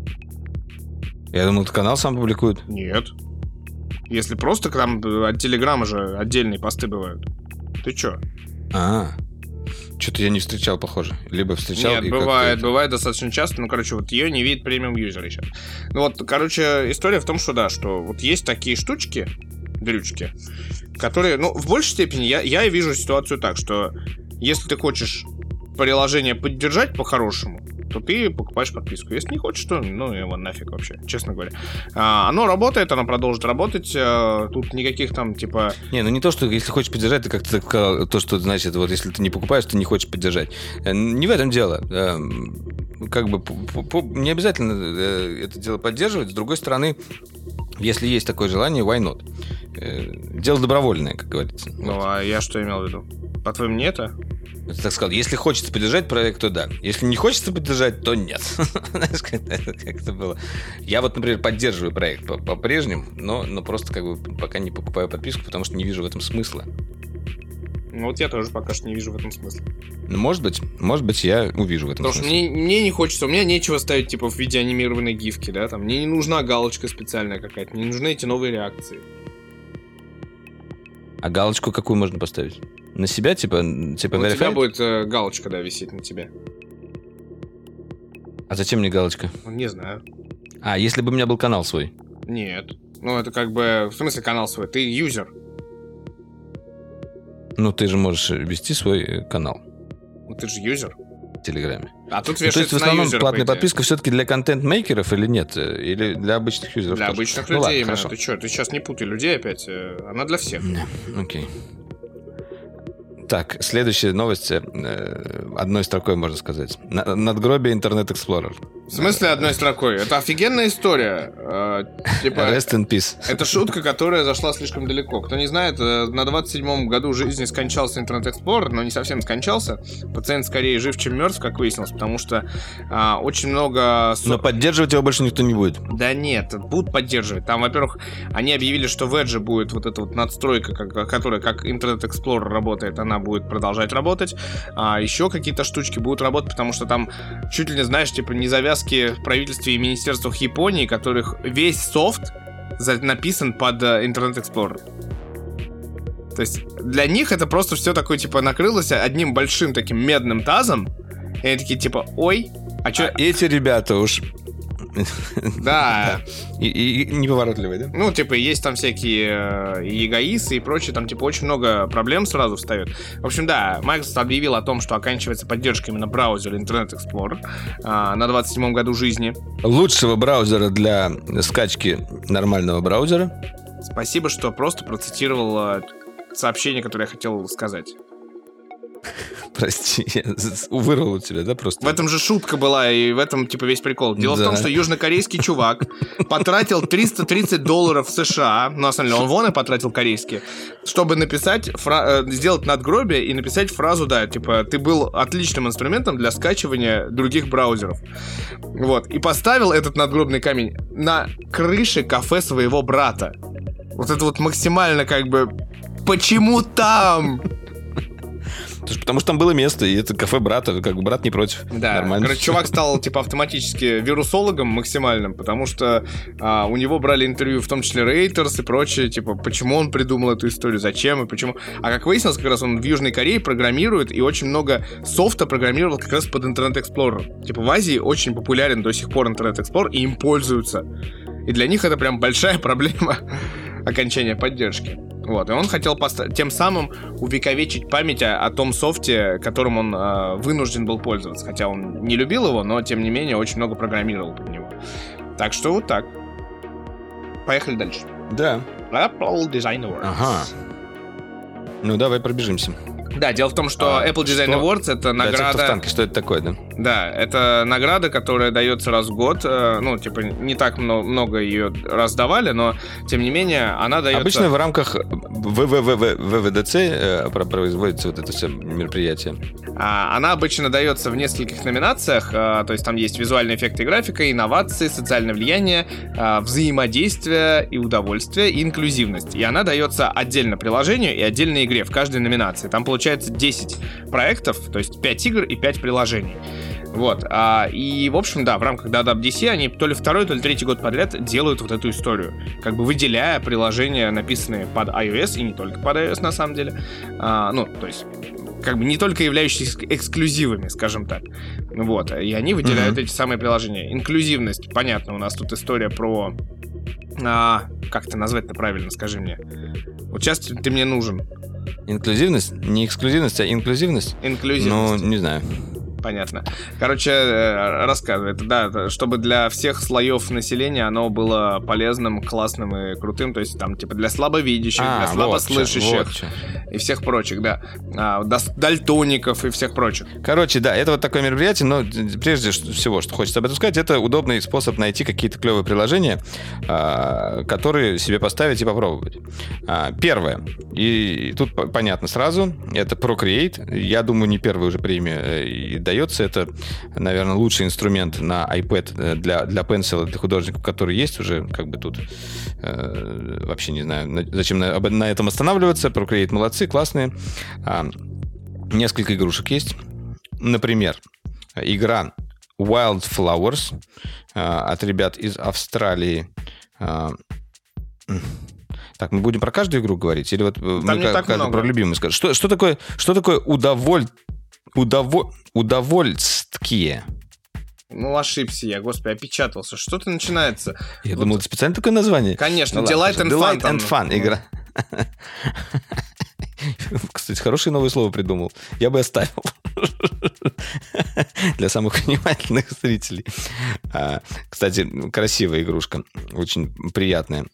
Я думал, это канал сам публикует. Нет. Если просто там от Телеграма же отдельные посты бывают. Ты чё? А, что-то я не встречал, похоже. Либо встречал Нет, и бывает, как-то- бывает достаточно часто. Ну, короче, вот ее не видит премиум юзеры сейчас. Ну вот, короче, история в том, что да, что вот есть такие штучки, дрючки, которые, ну, в большей степени я, я вижу ситуацию так, что если ты хочешь приложение поддержать по-хорошему, то ты покупаешь подписку. Если не хочешь, то ну его нафиг вообще, честно говоря. А, оно работает, оно продолжит работать. А, тут никаких там типа... Не, ну не то, что если хочешь поддержать, ты как-то сказал, то, что значит, вот если ты не покупаешь, ты не хочешь поддержать. Э, Не в этом дело. Э, Как бы по- по- не обязательно э, это дело поддерживать. С другой стороны, если есть такое желание, why not? Э, Дело добровольное, как говорится. Ну, Вот. а я что имел в виду? По-твоему, не это? Это так сказал. Если хочется поддержать проект, то да. Если не хочется поддержать, то нет. Знаешь, как это, как это было. Я вот, например, поддерживаю проект по- по-прежнему, но, но просто как бы пока не покупаю подписку, потому что не вижу в этом смысла. Ну, вот я тоже пока что не вижу в этом смысла. Ну, может быть, может быть, я увижу в этом Потому что смысл. мне, мне не хочется, у меня нечего ставить, типа, в виде анимированной гифки, да, там, мне не нужна галочка специальная какая-то, мне не нужны эти новые реакции. А галочку какую можно поставить? На себя, типа, типа У тебя verified? будет э, галочка, да, висеть на тебе. А зачем мне галочка? Ну, не знаю. А, если бы у меня был канал свой. Нет. Ну, это как бы, в смысле канал свой, ты юзер. Ну, ты же можешь вести свой э, канал Ну, ты же юзер. в Телеграме. А тут Ну, то есть в вешается на основном юзера, платная по идее. подписка все-таки для контент-мейкеров или нет? Или для обычных юзеров? Для тоже? обычных Ну, людей ладно, именно. хорошо. Ты что, ты сейчас не путай людей опять. э, Она для всех. Окей. Так, следующая новость, э, одной строкой можно сказать. На- Надгробие Internet Explorer. В смысле одной строкой? Это офигенная история. Э, Типа... Rest in peace. Это шутка, которая зашла слишком далеко. Кто не знает, э, на двадцать седьмом году жизни скончался Internet Explorer, но не совсем скончался. Пациент скорее жив, чем мертв, как выяснилось, потому что а, очень много... со- Но поддерживать его больше никто не будет. Да нет, будут поддерживать. Там, во-первых, они объявили, что в Edge будет вот эта вот надстройка, как- которая как Internet Explorer работает, она будет продолжать работать. А еще какие-то штучки будут работать, потому что там чуть ли не, знаешь, типа не завязки в правительстве и министерствах Японии, которых весь софт за- написан под э, Internet Explorer. То есть для них это просто все такое, типа, накрылось одним большим таким медным тазом. И они такие, типа, ой, а чё... А эти ребята уж Да, и, и- и неповоротливые, да? ну, типа, есть там всякие э, ЕГАИСы и прочее, там, типа, очень много проблем сразу встает. В общем, да, Microsoft объявил о том, что оканчивается поддержка именно браузера Internet Explorer э, на двадцать седьмом году жизни. Лучшего браузера для скачки нормального браузера. Спасибо, что просто процитировал э, сообщение, которое я хотел сказать. Прости, я з- вырвал у тебя, да, просто? В этом же шутка была, и в этом, типа, весь прикол. Дело Да. в том, что южнокорейский чувак потратил триста тридцать долларов США, ну, на самом деле, он вон и потратил корейские, чтобы написать, фра- э, сделать надгробие и написать фразу, да, типа, ты был отличным инструментом для скачивания других браузеров. Вот. И поставил этот надгробный камень на крыше кафе своего брата. Вот это вот максимально, как бы, почему там? Потому что- Потому что там было место, и это кафе брата, как бы брат не против. Да, Нормально. короче, чувак стал, типа, автоматически вирусологом максимальным, потому что а, у него брали интервью, в том числе Reuters и прочее, типа, почему он придумал эту историю, зачем и почему. А как выяснилось, как раз он в Южной Корее программирует, и очень много софта программировал как раз под Internet Explorer. Типа, в Азии очень популярен до сих пор Internet Explorer, и им пользуются. И для них это прям большая проблема окончания поддержки. Вот, и он хотел поста- тем самым увековечить память о, о том софте, которым он э, вынужден был пользоваться. Хотя он не любил его, но тем не менее очень много программировал под него. Так что вот так. Поехали дальше. Да. Apple Design Awards. Ага. Ну, давай пробежимся. Да, дело в том, что А, Apple Design что? Awards это Для тех, кто в награда... танке, что это такое, да? Да, это награда, которая дается раз в год. э, Ну, типа, не так мно- много ее раздавали, но, тем не менее, она дается... Обычно в рамках вэ вэ вэ вэ вэ вэ дэ цэ э, про- производится вот это все мероприятие. А, Она обычно дается в нескольких номинациях, а, то есть там есть визуальные эффекты и графика, инновации, социальное влияние, а, взаимодействие и удовольствие, и инклюзивность. И она дается отдельно приложению и отдельно игре в каждой номинации. Там получается десять проектов, то есть пять игр и пять приложений. Вот. а, И, в общем, да, в рамках даб даб ди си они то ли второй, то ли третий год подряд делают вот эту историю, как бы выделяя приложения, написанные под iOS, и не только под iOS, на самом деле. А, Ну, то есть как бы не только являющиеся эксклюзивами, скажем так. Вот, и они выделяют Мгм. эти самые приложения. Инклюзивность, понятно, у нас тут история про... а, как это назвать-то правильно, скажи мне. Вот сейчас ты мне нужен. Инклюзивность? Не эксклюзивность, а инклюзивность? Ну, Инклюзивность. не знаю. Понятно. Короче, э, рассказывает, да, чтобы для всех слоев населения оно было полезным, классным и крутым, то есть там типа для слабовидящих, А, для вот слабослышащих чё, вот чё. и всех прочих, да, а, дас- дальтоников и всех прочих. Короче, да, это вот такое мероприятие, но прежде всего, что хочется об этом сказать, это удобный способ найти какие-то клевые приложения, а, которые себе поставить и попробовать. А, Первое, и тут по- понятно сразу, это Procreate. Я думаю, не первая уже премия э, и дается. Это, наверное, лучший инструмент на iPad для, для Pencil, для художников, которые есть уже, как бы тут э, вообще не знаю, на- зачем на, об- на этом останавливаться. Procreate молодцы, классные. А, Несколько игрушек есть. Например, игра Wildflowers а, от ребят из Австралии. А, Так, мы будем про каждую игру говорить? Или вот мы не так каждую много. про любимую скажем? Что, что такое, что такое удоволь... удово... удовольствие? Ну, ошибся я, господи, опечатался. Что-то начинается. Я Вот. думал, это специально такое название. Конечно, Ну, Delight ладно, and Fun. Delight там. and Fun игра. Кстати, хорошее новое слово придумал. Я бы оставил. Для самых внимательных зрителей. Кстати, красивая игрушка. Очень приятная.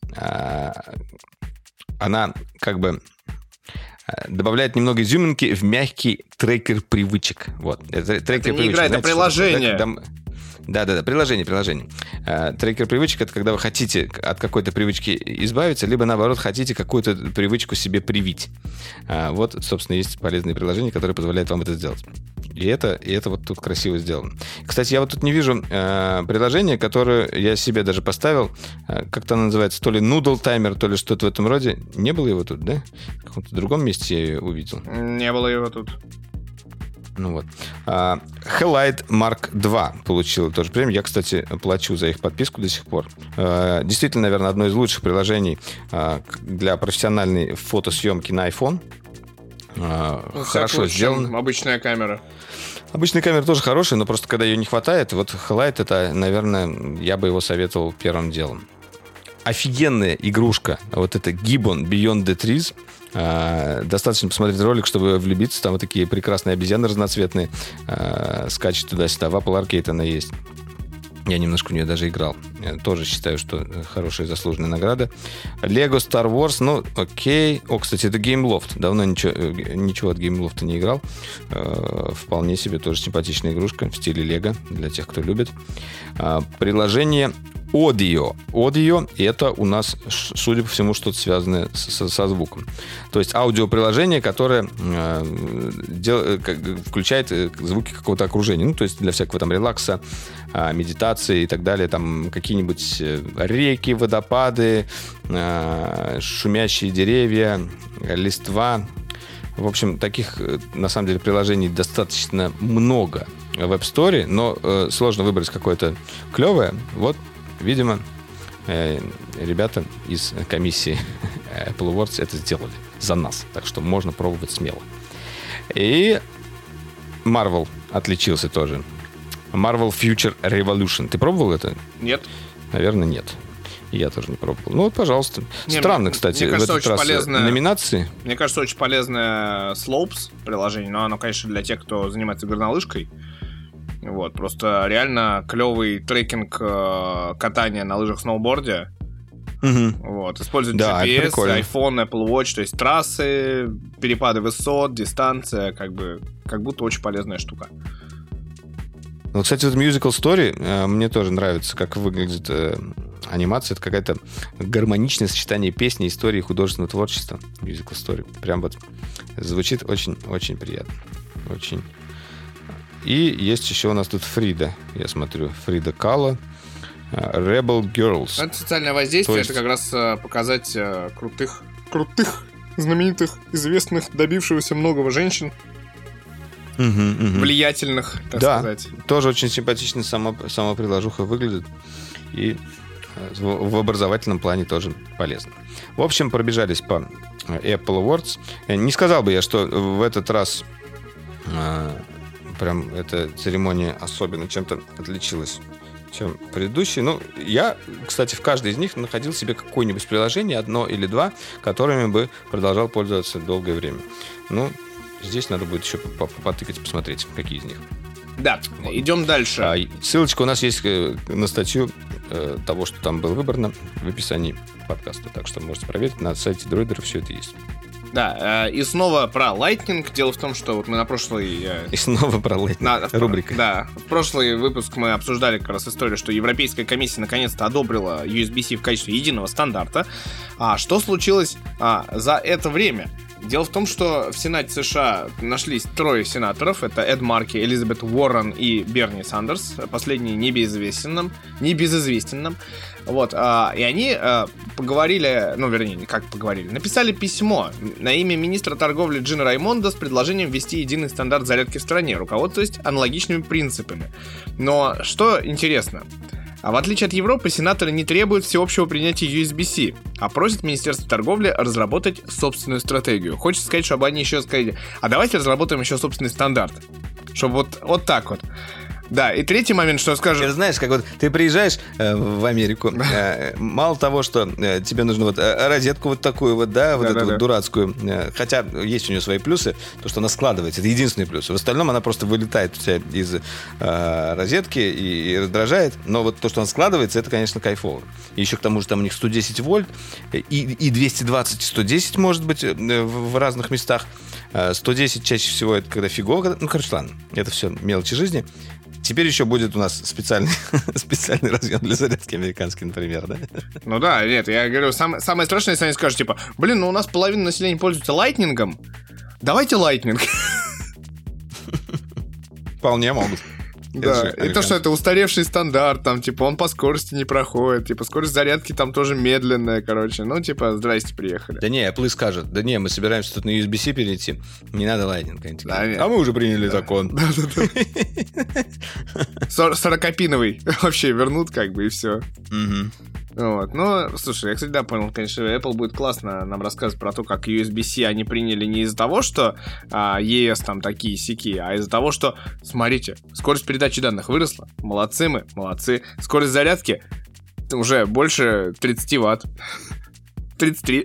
Она как бы добавляет немного изюминки в мягкий трекер привычек. Вот. Это, трекер это не игра, это приложение. Да-да-да, приложение, приложение. А, трекер привычек — это когда вы хотите от какой-то привычки избавиться, либо, наоборот, хотите какую-то привычку себе привить. А, вот, собственно, есть полезные приложения, которые позволяют вам это сделать. И это, и это вот тут красиво сделано. Кстати, я вот тут не вижу э, приложение, которое я себе даже поставил. Э, как-то оно называется, то ли Noodle Timer, то ли что-то в этом роде. Не было его тут, да? В каком-то другом месте я ее увидел. Не было его тут. Ну вот. А, Halide Марк два получила тоже премию. Я, кстати, плачу за их подписку до сих пор. А, действительно, наверное, одно из лучших приложений а, для профессиональной фотосъемки на iPhone. А, ну, хорошо сделано. Обычная камера. Обычная камера тоже хорошая, но просто когда ее не хватает, вот Halide, это, наверное, я бы его советовал первым делом. Офигенная игрушка. Вот это Gibbon Beyond the Trees. А, достаточно посмотреть ролик, чтобы влюбиться. Там вот такие прекрасные обезьяны разноцветные а, скачут туда-сюда. В Apple Arcade она есть. Я немножко в нее даже играл. Я тоже считаю, что хорошая заслуженная награда. Lego Star Wars, ну, окей. О, кстати, это Gameloft. Давно ничего, ничего от Gameloft не играл. Э, вполне себе тоже симпатичная игрушка в стиле Lego, для тех, кто любит. Э, приложение Audio. Audio — это у нас, судя по всему, что-то связанное со, со звуком. То есть аудиоприложение, которое э, дел, как, включает звуки какого-то окружения. Ну, то есть для всякого там релакса, э, медитации и так далее. Там какие-нибудь реки, водопады, э, шумящие деревья, листва. В общем, таких, на самом деле, приложений достаточно много в App Store, но э, сложно выбрать какое-то клевое. Вот, видимо, э, ребята из комиссии Apple Awards это сделали за нас. Так что можно пробовать смело. И Marvel отличился тоже. Marvel Future Revolution. Ты пробовал это? Нет. Наверное, нет. Я тоже не пробовал. Ну вот, пожалуйста. Не, Странно, мне, кстати, мне кажется, в этот раз полезное, номинации. Мне кажется, очень полезное Slopes приложение, но оно, конечно, для тех, кто занимается горнолыжкой. Вот, просто реально клевый трекинг э, катания на лыжах-сноуборде. Угу. Вот, используют да, джи пи эс, прикольно. iPhone, Apple Watch, то есть трассы, перепады высот, дистанция, как бы, как будто очень полезная штука. Ну, кстати, вот Musical Story э, мне тоже нравится, как выглядит э, анимация. Это какое-то гармоничное сочетание песни, истории и художественного творчества. Musical Story. Прям вот звучит очень-очень приятно. Очень. И есть еще у нас тут Фрида. Я смотрю, Фрида Кала. Rebel Girls. Это социальное воздействие, есть... это как раз э, показать э, крутых, крутых, знаменитых, известных, добившегося многого женщин. Угу, угу. Влиятельных, так да, сказать. Тоже очень симпатично сама, сама приложуха выглядит. И в, в образовательном плане тоже полезно. В общем, пробежались по Apple Awards. Не сказал бы я, что в этот раз э, прям эта церемония особенно чем-то отличилась, чем предыдущие. Ну, я, кстати, в каждой из них находил себе какое-нибудь приложение, одно или два, которыми бы продолжал пользоваться долгое время. Ну, здесь надо будет еще потыкать, посмотреть, какие из них. Да, вот. Идем дальше. А, ссылочка у нас есть на статью э, того, что там было выбрано, в описании подкаста. Так что можете проверить, на сайте Дроидера все это есть. Да, э, и снова про Lightning. Дело в том, что вот мы на прошлый... Э, и снова про Lightning, на, рубрика. Да, в прошлый выпуск мы обсуждали как раз историю, что Европейская комиссия наконец-то одобрила ю эс би-C в качестве единого стандарта. А что случилось а, за это время? Дело в том, что в Сенате США нашлись трое сенаторов. Это Эд Марки, Элизабет Уоррен и Берни Сандерс. Последний небезызвестен нам. Небезызвестен нам. Вот, а, и они а, поговорили, ну, вернее, как поговорили, написали письмо на имя министра торговли Джина Раймонда с предложением ввести единый стандарт зарядки в стране, руководствуясь аналогичными принципами. Но что интересно, а в отличие от Европы, сенаторы не требуют всеобщего принятия ю эс би-C, а просят Министерство торговли разработать собственную стратегию. Хочется сказать, чтобы они еще сказали, а давайте разработаем еще собственный стандарт. Чтобы вот, вот так вот. Да, и третий момент, что скажу. Ты знаешь, как вот ты приезжаешь э, в Америку, э, мало того, что э, тебе нужно вот э, розетку вот такую вот, да, вот да, эту да, вот да. дурацкую, э, хотя есть у нее свои плюсы, то, что она складывается, это единственный плюс. В остальном она просто вылетает у тебя из э, розетки и, и раздражает, но вот то, что она складывается, это, конечно, кайфово. И еще к тому же там у них сто десять вольт и, и двести двадцать, сто десять может быть э, в, в разных местах. Э, сто десять чаще всего это когда фигово, ну, короче, ладно, это все мелочи жизни. Теперь еще будет у нас специальный, специальный разъем для зарядки американский, например, да? Ну да, нет, я говорю, сам, самое страшное, если они скажут, типа, блин, ну у нас половина населения пользуется лайтнингом, давайте лайтнинг. Вполне могут. Да, и то, что это устаревший стандарт, там, типа, он по скорости не проходит, типа, скорость зарядки там тоже медленная, короче, ну, типа, здрасте, приехали. Да не, Apple скажет, да не, мы собираемся тут на ю эс би-C перейти, не надо Lightning. Да, а мы уже приняли да. закон. сорокапиновый вообще вернут, как бы, и все. Угу. Вот, ну, слушай, я, кстати, да, понял, конечно, Apple будет классно нам рассказывать про то, как ю эс би-C они приняли не из-за того, что а, и эс там такие-сяки, а из-за того, что, смотрите, скорость передачи данных выросла, молодцы мы, молодцы, скорость зарядки уже больше тридцать ватт, тридцать три,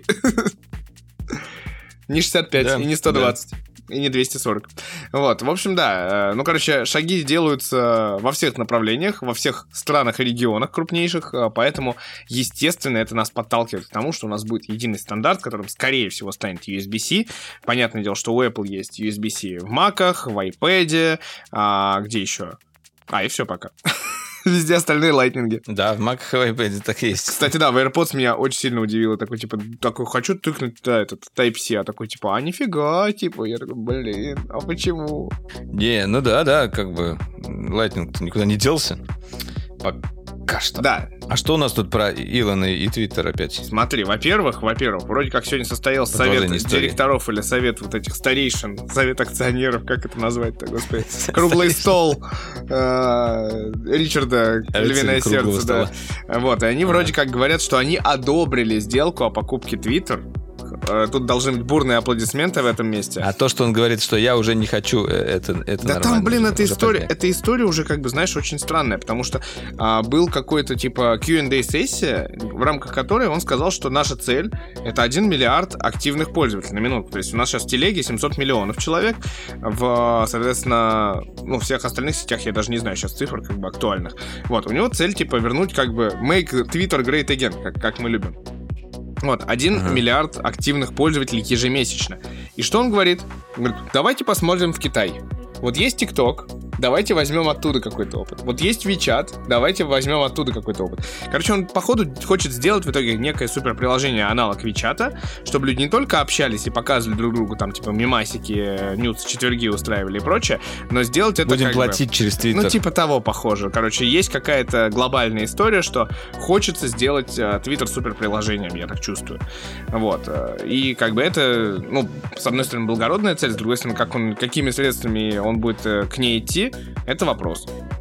не шестьдесят пять и не сто двадцать. И не двести сорок. Вот, в общем, да. Ну, короче, шаги делаются во всех направлениях, во всех странах и регионах крупнейших, поэтому, естественно, это нас подталкивает к тому, что у нас будет единый стандарт, которым, скорее всего, станет ю эс би-C. Понятное дело, что у Apple есть ю эс би-C в Mac'ах, в iPad, а где еще? А, и все пока. Везде остальные лайтнинги. Да, в Mac и iPad так есть. Кстати, да, в AirPods меня очень сильно удивило. Такой, типа, такой, хочу тыкнуть, да, этот Type-C, а такой, типа, а нифига, типа, я такой, блин, а почему? Не, ну да, да, как бы Lightning никуда не делся. Пока что. Да. А что у нас тут про Илона и Твиттер опять? Смотри, во-первых, во-первых, вроде как сегодня состоялся совет директоров или совет вот этих старейшин, совет акционеров, как это назвать-то, господи, круглый стол Ричарда Львиное сердце, да. Вот, и они вроде как говорят, что они одобрили сделку о покупке Twitter. Тут должны быть бурные аплодисменты в этом месте. А то, что он говорит, что я уже не хочу, это, это да нормально. Да там, блин, уже, эта уже история, позднее. эта история уже, как бы, знаешь, очень странная, потому что а, был какой-то, типа, кью энд эй-сессия, в рамках которой он сказал, что наша цель — это один миллиард активных пользователей на минуту. То есть у нас сейчас в телеге семьсот миллионов человек, в, соответственно, ну, всех остальных сетях я даже не знаю сейчас цифр, как бы, актуальных. Вот, у него цель, типа, вернуть, как бы, make Twitter great again, как, как мы любим. Вот, один uh-huh. миллиард активных пользователей ежемесячно. И что он говорит? Он говорит, давайте посмотрим в Китай. Вот есть ТикТок, давайте возьмем оттуда какой-то опыт. Вот есть WeChat, давайте возьмем оттуда какой-то опыт. Короче, он, походу, хочет сделать в итоге некое суперприложение, аналог WeChat, чтобы люди не только общались и показывали друг другу там, типа, мемасики, нюц, четверги устраивали и прочее, но сделать это Будем как платить бы, через Twitter. Ну, типа того, похоже. Короче, есть какая-то глобальная история, что хочется сделать uh, Twitter суперприложением, я так чувствую. Вот. И как бы это, ну, с одной стороны, благородная цель, с другой стороны, как он, какими средствами он будет uh, к ней идти, это вопрос.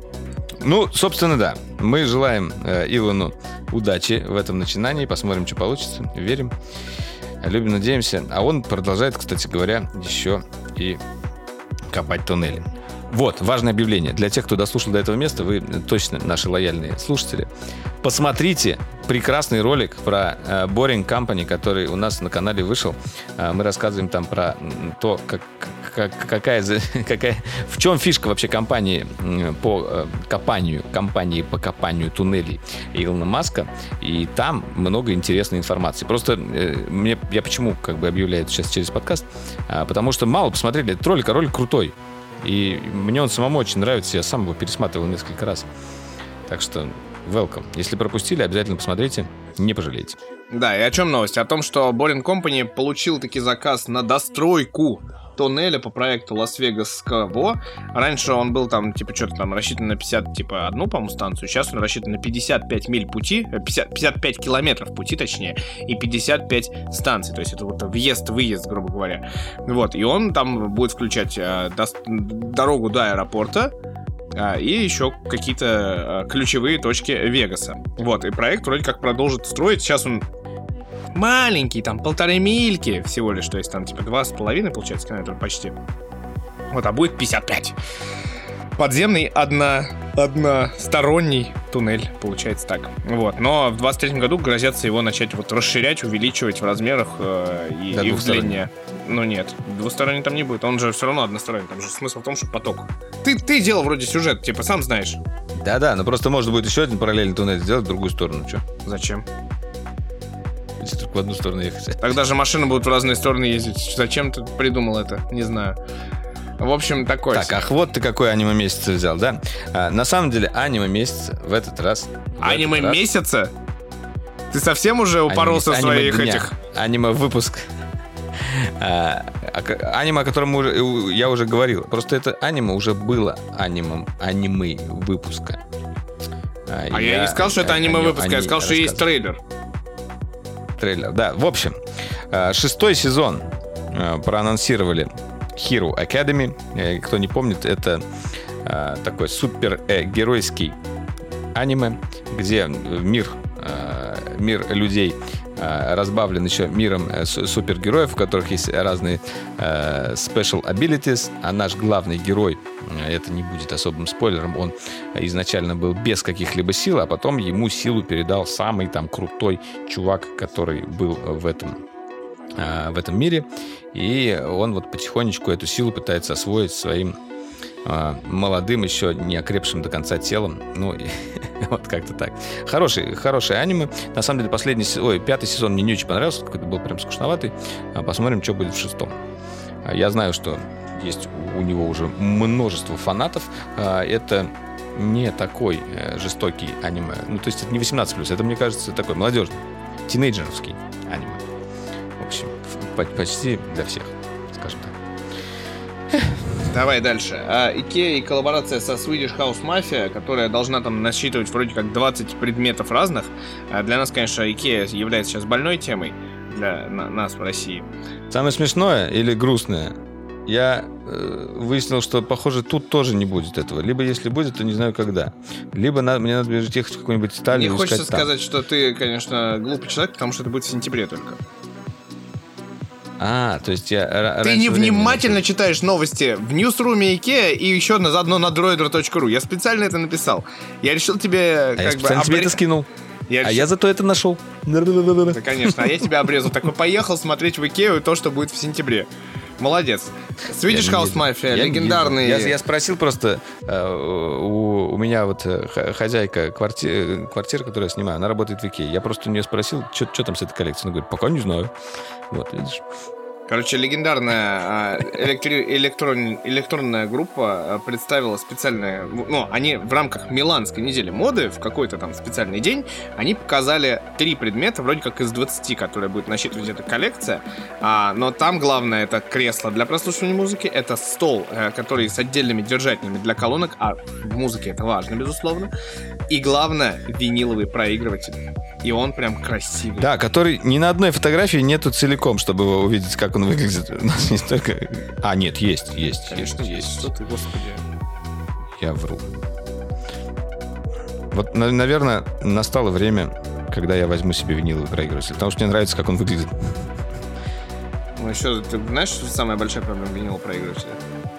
Ну, собственно, да. Мы желаем э, Илону удачи в этом начинании. Посмотрим, что получится. Верим. Любим, надеемся. А он продолжает, кстати говоря, еще и копать туннели. Вот, важное объявление. Для тех, кто дослушал до этого места, вы точно наши лояльные слушатели. Посмотрите прекрасный ролик про э, Boring Company, который у нас на канале вышел. Э, мы рассказываем там про то, как, как, какая, какая, в чем фишка вообще компании по э, копанию, компании по копанию туннелей Илона Маска. И там много интересной информации. Просто э, мне, я почему как бы объявляю это сейчас через подкаст? А, потому что мало посмотрели этот ролик, а ролик крутой. И мне он самому очень нравится. Я сам его пересматривал несколько раз. Так что welcome. Если пропустили, обязательно посмотрите. Не пожалеете. Да, и о чем новость? О том, что Boring Company получил таки заказ на достройку туннеля по проекту Лас-Вегас-Кабо. Раньше он был там, типа, что-то там рассчитан на пятьдесят, типа, одну, по-моему, станцию. Сейчас он рассчитан на пятьдесят пять миль пути, пятьдесят, пятьдесят пять километров пути, точнее, и пятьдесят пять станций. То есть это вот въезд-выезд, грубо говоря. Вот, и он там будет включать э, до, дорогу до аэропорта, и еще какие-то ключевые точки Вегаса. Вот, и проект вроде как продолжит строить. Сейчас он маленький, там, полторы мильки всего лишь, то есть там, типа, два с половиной, получается, километра почти. Вот, а будет пятьдесят пять. подземный одно, односторонний туннель, получается так. Вот. Но в двадцать третьем году грозятся его начать вот расширять, увеличивать в размерах э, и, да, и в длине. Ну нет, двусторонний там не будет, он же все равно односторонний. Там же смысл в том, что поток. Ты, ты делал вроде сюжет, типа сам знаешь. Да-да, но просто можно будет еще один параллельный туннель сделать в другую сторону. Че? Зачем? Если только в одну сторону ехать. Тогда же машины будут в разные стороны ездить. Зачем ты придумал это? Не знаю. В общем, такой. Так, ах, вот ты какой аниме-месяц взял, да? А, на самом деле, аниме-месяц в этот раз... Аниме-месяца? Ты совсем уже упоролся в своих этих... Аниме-выпуск. А, аниме, о котором мы уже, я уже говорил. Просто это аниме уже было аниме, аниме-выпуска. А, а я, я не сказал, что это аниме-выпуск, я сказал, что есть трейлер. Трейлер, да. В общем, шестой сезон проанонсировали Hero Academy. Кто не помнит, это э, такой супергеройский аниме, где мир, э, мир людей э, разбавлен еще миром э, супергероев, у которых есть разные э, special abilities. А наш главный герой, э, это не будет особым спойлером, он изначально был без каких-либо сил, а потом ему силу передал самый там крутой чувак, который был в этом в этом мире, и он вот потихонечку эту силу пытается освоить своим э, молодым, еще не окрепшим до конца телом. Ну, и, вот как-то так. Хороший, хороший аниме. На самом деле, последний, ой, пятый сезон мне не очень понравился, какой-то был прям скучноватый. Посмотрим, что будет в шестом. Я знаю, что есть у него уже множество фанатов. Это не такой жестокий аниме. Ну, то есть это не восемнадцать плюс, это, мне кажется, такой молодежный, тинейджеровский аниме. В общем, почти для всех, скажем так. Давай дальше. А, Ikea и коллаборация со Swedish House Mafia, которая должна там насчитывать вроде как двадцать предметов разных. А для нас, конечно, Ikea является сейчас больной темой для на, нас в России. Самое смешное или грустное, я э, выяснил, что, похоже, тут тоже не будет этого. Либо если будет, то не знаю когда. Либо на, мне надо бежать ехать в какую-нибудь Италию. Мне хочется там. сказать, что ты, конечно, глупый человек, потому что это будет в сентябре только. А, то есть я... Ты невнимательно читаешь новости в ньюсруме Ikea и еще заодно на droider точка ру. Я специально это написал. Я решил тебе... А как я специально бы, тебе обре... это скинул. Я а решил... я зато это нашел. Да, конечно. А я тебя обрезал. Такой, поехал смотреть в Ikea то, что будет в сентябре. Молодец. Swedish House Mafia, легендарный... Я, я спросил просто, э, у, у меня вот хозяйка квартиры, квартиры, которую я снимаю, она работает в Ikea. Я просто у нее спросил, что там с этой коллекцией. Она говорит, пока не знаю. Вот, видишь. Короче, легендарная электри... электрон... электронная группа представила специальное... Ну, они в рамках Миланской недели моды в какой-то там специальный день, они показали три предмета, вроде как из двадцати, которые будет насчитывать эта коллекция. А, но там главное — это кресло для прослушивания музыки, это стол, который с отдельными держателями для колонок, а в музыке это важно, безусловно. И главное — виниловый проигрыватель. И он прям красивый. Да, который ни на одной фотографии нету целиком, чтобы его увидеть, как он выглядит. У нас не столько... А, нет, есть, есть. Конечно, есть. есть. Что ты, господи. Я вру. Вот, наверное, настало время, когда я возьму себе виниловый проигрыватель, потому что мне нравится, как он выглядит. Ну, еще, ты знаешь, что самая большая проблема винилового проигрывателя?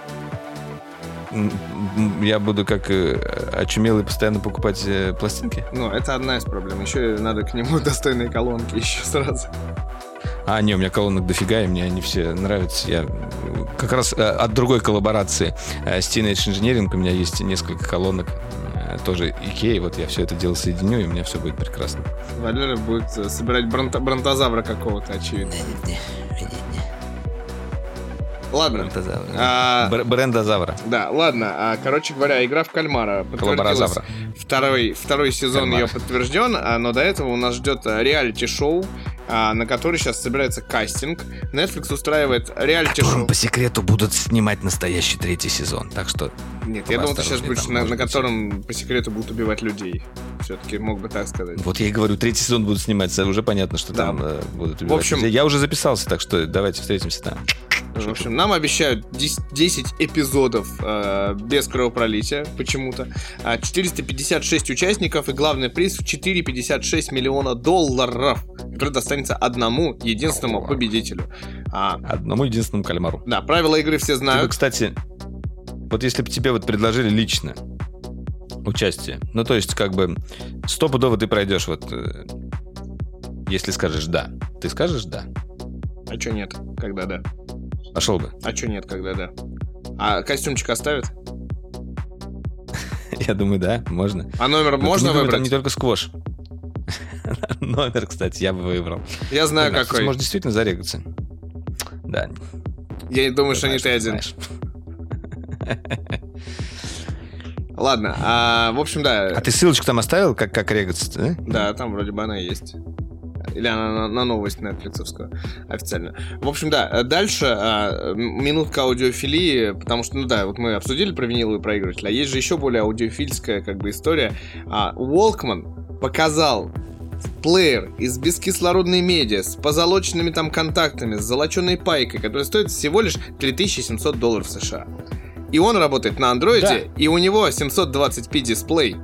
Я буду как очумелый постоянно покупать пластинки? Ну, это одна из проблем. Еще надо к нему достойные колонки еще сразу. А, не, у меня колонок дофига, и мне они все нравятся. Я как раз от другой коллаборации с Teenage Engineering у меня есть несколько колонок, тоже Ikea. Вот я все это дело соединю, и у меня все будет прекрасно. Валера будет собирать бронто- бронтозавра какого-то, очевидно. Ладно. А, Бр- брендозавра. Да, ладно. А, короче говоря, игра в кальмара подтвердилась. Второй, второй сезон Кальмар. Ее подтвержден, а, но до этого у нас ждет реалити-шоу, а, на который сейчас собирается кастинг. Netflix устраивает реалити-шоу. По секрету будут снимать настоящий третий сезон, так что... Нет, я думал, ты сейчас будешь, на, на котором по секрету будут убивать людей. Все-таки мог бы так сказать. Вот я и говорю, третий сезон будут снимать, уже понятно, что да. там э, будут убивать в общем, людей. Я уже записался, так что давайте встретимся там. В общем, нам обещают десять эпизодов э, без кровопролития почему-то. четыреста пятьдесят шесть участников и главный приз в четыреста пятьдесят шесть миллиона долларов, который достанется одному единственному победителю. А, одному единственному кальмару. Да, правила игры все знают. Ты бы, кстати, вот если бы тебе вот предложили лично участие, ну, то есть, как бы, стопудово ты пройдешь, вот, э, если скажешь «да». Ты скажешь «да»? А чё нет, когда да? Пошел бы. А чё нет, когда да? А костюмчик оставят? Я думаю, да, можно. А номер Но можно думай, выбрать? Там не только сквош. Номер, кстати, я бы выбрал. Я знаю, Ты какой. сможешь действительно зарегаться. Да. Я думаю, Ты что не знаешь, ты ты один. знаешь. Ладно, а, в общем, да. А ты ссылочку там оставил, как, как регаться, да? Да, там вроде бы она есть. Или она на, на новость нетфликсовскую официально. В общем, да, дальше а, минутка аудиофилии, потому что, ну да, вот мы обсудили про виниловый проигрыватель, а есть же еще более аудиофильская как бы история. А, Walkman показал плеер из бескислородной меди с позолоченными там контактами, с золоченой пайкой, который стоит всего лишь три тысячи семьсот долларов США. И он работает на андроиде, да. И у него семьсот двадцать пи дисплей.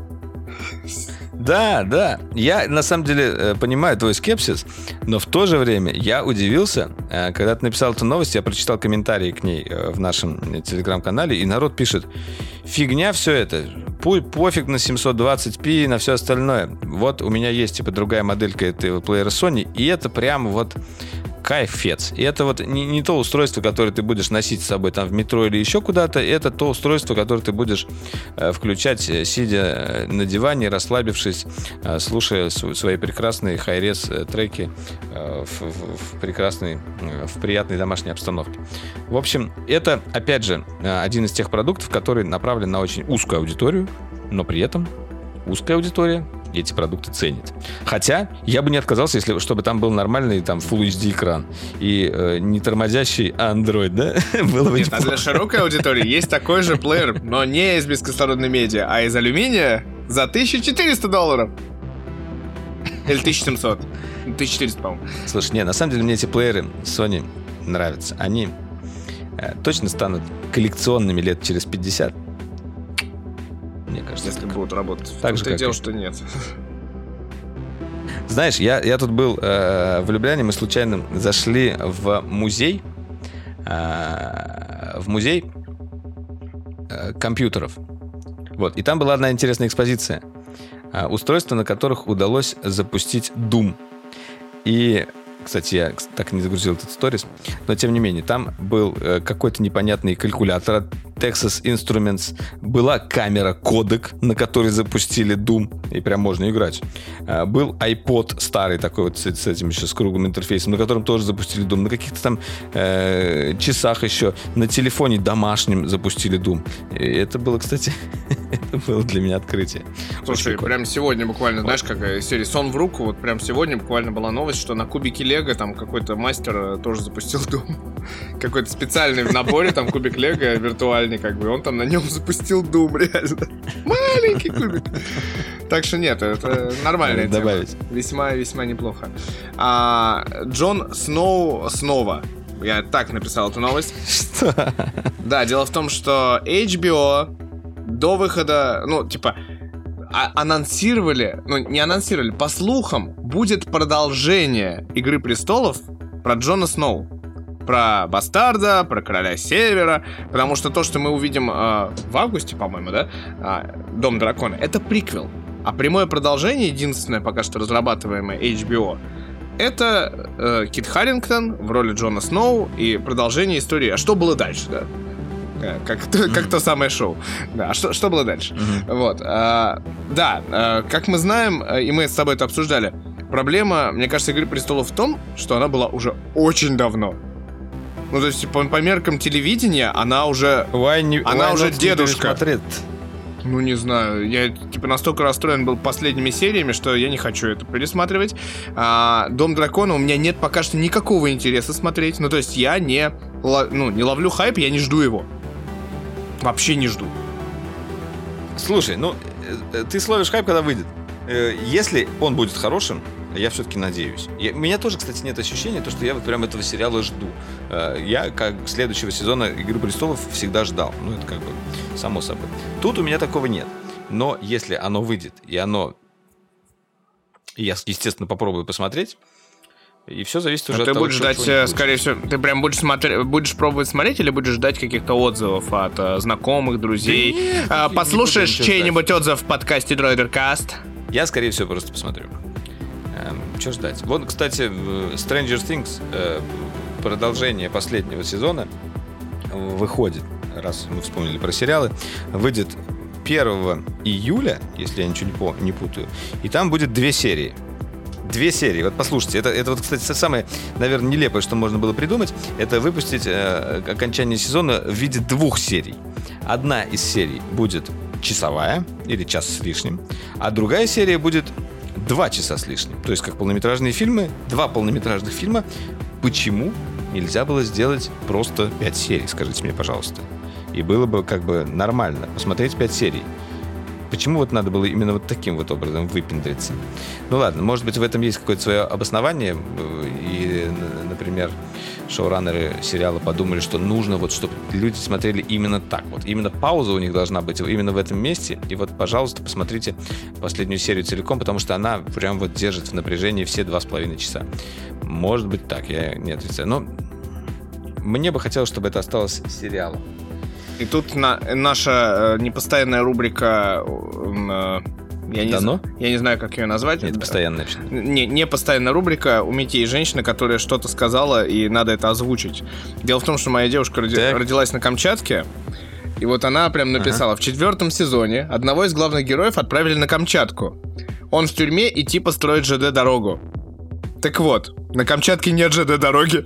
Да, да. Я, на самом деле, понимаю твой скепсис, но в то же время я удивился, когда ты написал эту новость, я прочитал комментарии к ней в нашем телеграм-канале, и народ пишет: фигня все это, пофиг на семьсот двадцать пи, на все остальное. Вот у меня есть, типа, другая моделька этого плеера Sony, и это прям вот кайфец. И это вот не, не то устройство, которое ты будешь носить с собой там в метро или еще куда-то, это то устройство, которое ты будешь э, включать, сидя на диване, расслабившись, э, слушая с, свои прекрасные хай-рез треки э, в, в, в прекрасной, э, в приятной домашней обстановке. В общем, это, опять же, один из тех продуктов, который направлен на очень узкую аудиторию, но при этом узкая аудитория эти продукты ценит. Хотя я бы не отказался, если чтобы там был нормальный там Full эйч ди экран и э, не тормозящий Android, да? Было бы Нет, а для широкой аудитории есть такой же плеер, но не из бескислородной меди, а из алюминия за тысячу четыреста долларов. Или тысяча семьсот. тысяча четыреста, по-моему. Слушай, не, на самом деле мне эти плееры Sony нравятся. Они э, точно станут коллекционными лет через пятьдесят. Мне кажется, если будут работать. Так же, ты как делал, и... что нет. Знаешь, я, я тут был э, в Любляне, мы случайно зашли в музей, э, в музей э, компьютеров. Вот, и там была одна интересная экспозиция. Э, устройства, на которых удалось запустить Doom. И, кстати, я так и не загрузил этот сторис, но тем не менее, там был э, какой-то непонятный калькулятор от Texas Instruments, была камера кодек, на которой запустили Doom, и прям можно играть. Э, был iPod старый такой вот с, с этим еще с круглым интерфейсом, на котором тоже запустили Doom, на каких-то там э, часах еще, на телефоне домашнем запустили Doom. И это было, кстати, это было для меня открытие. Слушай, прям сегодня буквально, знаешь, какая серия «Сон в руку», вот прям сегодня буквально была новость, что на кубике Лего там какой-то мастер тоже запустил Doom. Какой-то специальный в наборе, там кубик Лего виртуальный, как бы, он там на нем запустил Doom, реально. Маленький кубик. Так что нет, это нормальная тема. Добавить. Весьма-весьма неплохо. А, Джон Сноу снова. Я так написал эту новость. Что? Да, дело в том, что эйч би о до выхода, ну, типа, а- анонсировали, ну, не анонсировали, по слухам, будет продолжение «Игры престолов» про Джона Сноу. Про Бастарда, про Короля Севера. Потому что то, что мы увидим э, в августе, по-моему, да, э, Дом Дракона, это приквел. А прямое продолжение, единственное пока что разрабатываемое эйч би о, это э, Кит Харрингтон в роли Джона Сноу и продолжение истории. А что было дальше, да? Как, mm-hmm. как то самое шоу. Да, а что, что было дальше? Mm-hmm. Вот. А, да, а, как мы знаем, и мы с тобой это обсуждали, проблема, мне кажется, «Игры престолов» в том, что она была уже очень давно. Ну, то есть, по, по меркам телевидения, она уже... Why не, она why уже дедушка. Не ну, не знаю. Я, типа, настолько расстроен был последними сериями, что я не хочу это пересматривать. А, «Дом дракона» у меня нет пока что никакого интереса смотреть. Ну, то есть, я не, ну, не ловлю хайп, я не жду его. Вообще не жду. Слушай, ну, ты словишь хайп, когда выйдет. Если он будет хорошим, я все-таки надеюсь. Я, у меня тоже, кстати, нет ощущения, то, что я вот прям этого сериала жду. Я, как следующего сезона «Игры престолов» всегда ждал. Ну, это как бы само собой. Тут у меня такого нет. Но если оно выйдет, и оно... И я, естественно, попробую посмотреть, И все зависит уже а от ты того, будешь что, ждать, что скорее всего, ты прям будешь смотреть, будешь пробовать смотреть или будешь ждать каких-то отзывов от а, знакомых, друзей? Да нет, а, послушаешь чей-нибудь отзыв в подкасте Droidercast? Я, скорее всего, просто посмотрю. Эм, что ждать? Вот, кстати, Stranger Things, э, продолжение последнего сезона выходит, раз мы вспомнили про сериалы, выйдет первого июля, если я ничего не, по, не путаю, и там будет две серии. Две серии. Вот послушайте, это, это вот, кстати, самое, наверное, нелепое, что можно было придумать, это выпустить э, окончание сезона в виде двух серий. Одна из серий будет часовая, или час с лишним, а другая серия будет два часа с лишним. То есть, как полнометражные фильмы, два полнометражных фильма. Почему нельзя было сделать просто пять серий, скажите мне, пожалуйста? И было бы как бы нормально посмотреть пять серий. Почему вот надо было именно вот таким вот образом выпендриться? Ну ладно, может быть, в этом есть какое-то свое обоснование. И, например, шоураннеры сериала подумали, что нужно вот, чтобы люди смотрели именно так. Вот именно пауза у них должна быть именно в этом месте. И вот, пожалуйста, посмотрите последнюю серию целиком, потому что она прям вот держит в напряжении все два с половиной часа. Может быть так, я не отрицаю. Но мне бы хотелось, чтобы это осталось сериалом. И тут на, наша э, непостоянная рубрика, э, я, не Дано? з... я не знаю, как ее назвать. Нет, постоянная. Не, не постоянная рубрика «У Мити есть женщина, которая что-то сказала, и надо это озвучить». Дело в том, что моя девушка роди... родилась на Камчатке, и вот она прям написала: ага. В четвертом сезоне одного из главных героев отправили на Камчатку. Он в тюрьме и типа строит ЖД-дорогу. Так вот, на Камчатке нет ЖД-дороги.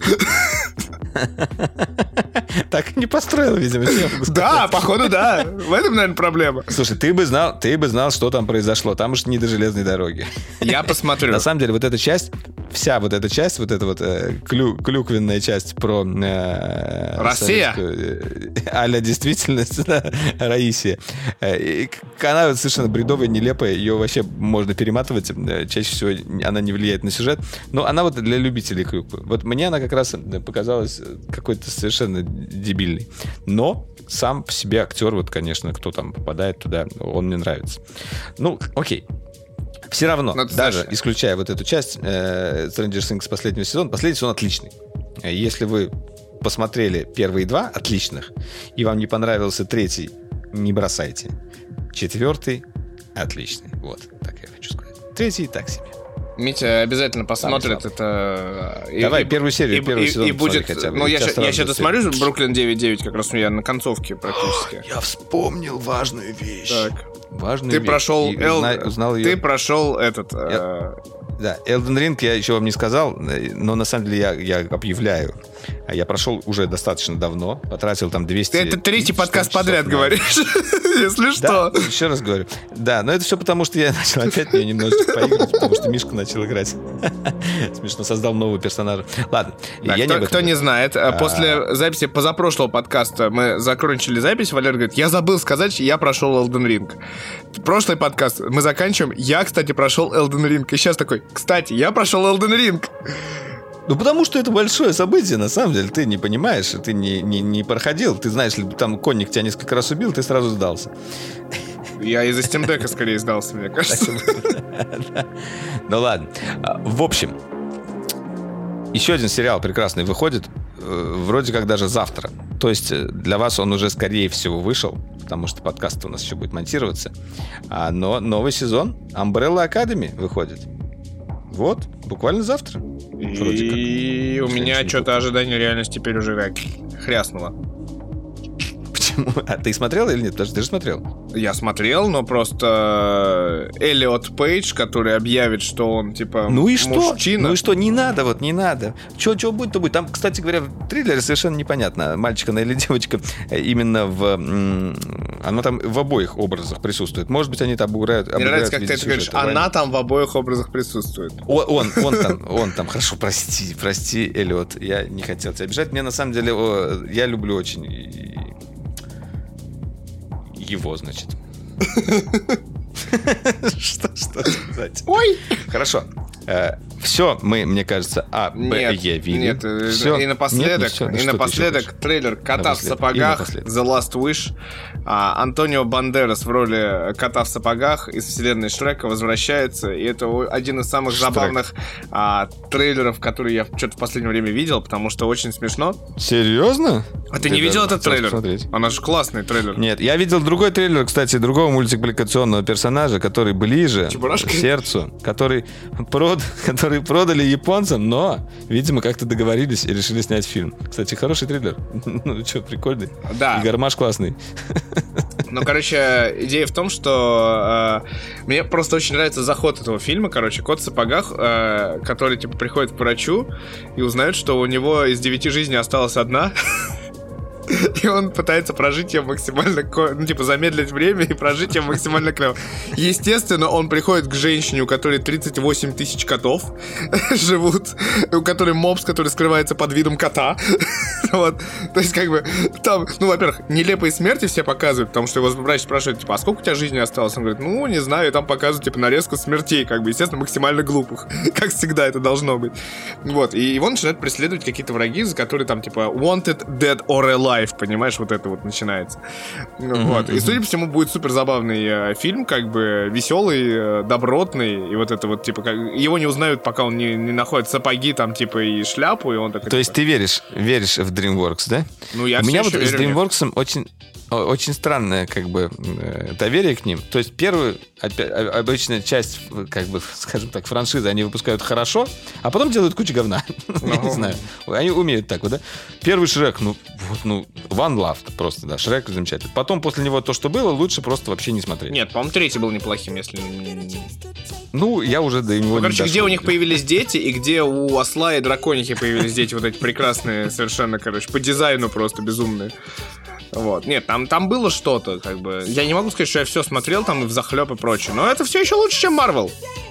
Так и не построил, видимо. Да, походу, да. В этом, наверное, проблема. Слушай, ты бы знал, ты бы знал, что там произошло. Там уж не до железной дороги. Я посмотрю. На самом деле, вот эта часть, вся вот эта часть, вот эта вот э, клю, клюквенная часть про... Э, Россия. Э, а-ля действительность, да, Раисия. Э, она вот совершенно бредовая, нелепая. Ее вообще можно перематывать. Чаще всего она не влияет на сюжет. Но она вот для любителей клюквы. Вот мне она как раз показалась какой-то совершенно дебильный. Но сам по себе актер, вот, конечно, кто там попадает туда, он мне нравится. Ну, окей. Все равно, Но даже знаешь... исключая вот эту часть э, Stranger Things последнего сезона, последний сезон отличный. Если вы посмотрели первые два отличных, и вам не понравился третий, не бросайте. Четвертый отличный. Вот, так я хочу сказать. Третий так себе. Митя обязательно посмотрит это. Давай и, первую серию, и, первый и, сезон и будет. Хотя бы. Ну, я, я сейчас досмотрю серию. Бруклин девять девять, как раз я на концовке практически. Я вспомнил важную вещь. Так. Важную ты вещь. Прошел Эл... узна... узнал ее. Ты прошел этот. Я... Да, Elden Ring я еще вам не сказал, но на самом деле я, я объявляю. Я прошел уже достаточно давно, потратил там двести... Ты это третий подкаст подряд на... говоришь, если что. Да, еще раз говорю. Да, но это все потому, что я начал опять мне немножечко поиграть, потому что Мишка начал играть. Смешно, создал нового персонажа. Ладно. Да, я кто, не кто не знает, а... после записи позапрошлого подкаста мы закончили запись, Валер говорит, я забыл сказать, я прошел Elden Ring. Прошлый подкаст мы заканчиваем, я, кстати, прошел Elden Ring. И сейчас такой, кстати, я прошел Elden Ring. Ну, потому что это большое событие, на самом деле. Ты не понимаешь, ты не, не, не проходил. Ты знаешь, если бы там конник тебя несколько раз убил, ты сразу сдался. Я из-за Steam Deck'а скорее сдался, мне кажется. Ну ладно. В общем, еще один сериал прекрасный выходит, вроде как даже завтра. То есть для вас он уже, скорее всего, вышел, потому что подкаст у нас еще будет монтироваться. Но новый сезон Umbrella Academy выходит. Вот, буквально завтра. И у меня что-то ожидание реальности теперь уже как хряснуло. Почему? А ты смотрел или нет? Потому что ты же смотрел. Я смотрел, но просто Эллиот Пейдж, который объявит, что он типа ну и что? мужчина. Ну и что? Не надо, вот не надо. Что, что будет, то будет. Там, кстати говоря, в триллере совершенно непонятно, мальчик она или девочка, именно в... Она там в обоих образах присутствует. Может быть, они там обыграют. Мне нравится, как ты это говоришь. Она войны. Там в обоих образах присутствует. О, он, он там, он там. Хорошо, прости, прости, Эллиот. Я не хотел тебя обижать. Мне на самом деле, о, я люблю очень его, значит. Что, что сказать? Ой! Хорошо. Все мы, мне кажется, А, Б, Е видели. Нет, все. и напоследок, нет, ну, все. и Ну, напоследок трейлер «Кота в сапогах», The Last Wish. А, Антонио Бандерас в роли кота в сапогах из вселенной Шрека возвращается, и это один из самых Шрек. забавных а, трейлеров, которые я что-то в последнее время видел, потому что очень смешно. Серьезно? А ты не видел этот трейлер? Посмотреть. Она же классный трейлер. Нет, я видел другой трейлер, кстати, другого мультипликационного персонажа, который ближе Чебурашка? к сердцу, который, прод... который продали японцам, но, видимо, как-то договорились и решили снять фильм. Кстати, хороший трейлер. Ну, что, прикольный. Да. И гармаш классный. Ну, короче, идея в том, что э, мне просто очень нравится заход этого фильма. Короче, кот в сапогах, э, который, типа, приходит к врачу и узнает, что у него из девяти жизней осталась одна. И он пытается прожить ее максимально, ну, типа, замедлить время и прожить ее максимально клево. Естественно, он приходит к женщине, у которой тридцать восемь тысяч котов живут, у которой мопс, который скрывается под видом кота. Вот. То есть, как бы, там, ну, во-первых, нелепые смерти все показывают, потому что его врач спрашивает, типа, а сколько у тебя жизни осталось? Он говорит, ну, не знаю, и там показывают, типа, нарезку смертей, как бы, естественно, максимально глупых. Как всегда это должно быть. Вот. И его начинают преследовать какие-то враги, за которые там, типа, wanted, dead or alive. Понимаешь, вот это вот начинается. Mm-hmm. Вот. И, судя по всему, будет супер забавный э, фильм, как бы веселый, э, добротный. И вот это вот, типа, как... его не узнают, пока он не, не находит сапоги, там, типа, и шляпу, и он такой... То типа... есть ты веришь, веришь в DreamWorks, да? Ну, я У меня вот верю, с DreamWorks очень, очень странное, как бы, доверие к ним. То есть первую, обычная часть, как бы, скажем так, франшизы они выпускают хорошо, а потом делают кучу говна. Я не знаю. Они умеют так вот, да? Первый Шрек, ну, вот, ну, One Love просто, да, Шрек замечательный. Потом после него то, что было, лучше просто вообще не смотреть. Нет, по-моему, третий был неплохим, если... Ну, я уже до него ну, короче, не где у них появились дети, и где у осла и драконихи появились дети, вот эти прекрасные совершенно, короче, по дизайну просто безумные. Вот. Нет, там, там было что-то, как бы. Я не могу сказать, что я все смотрел там и взахлеб и прочее, но это все еще лучше, чем Marvel.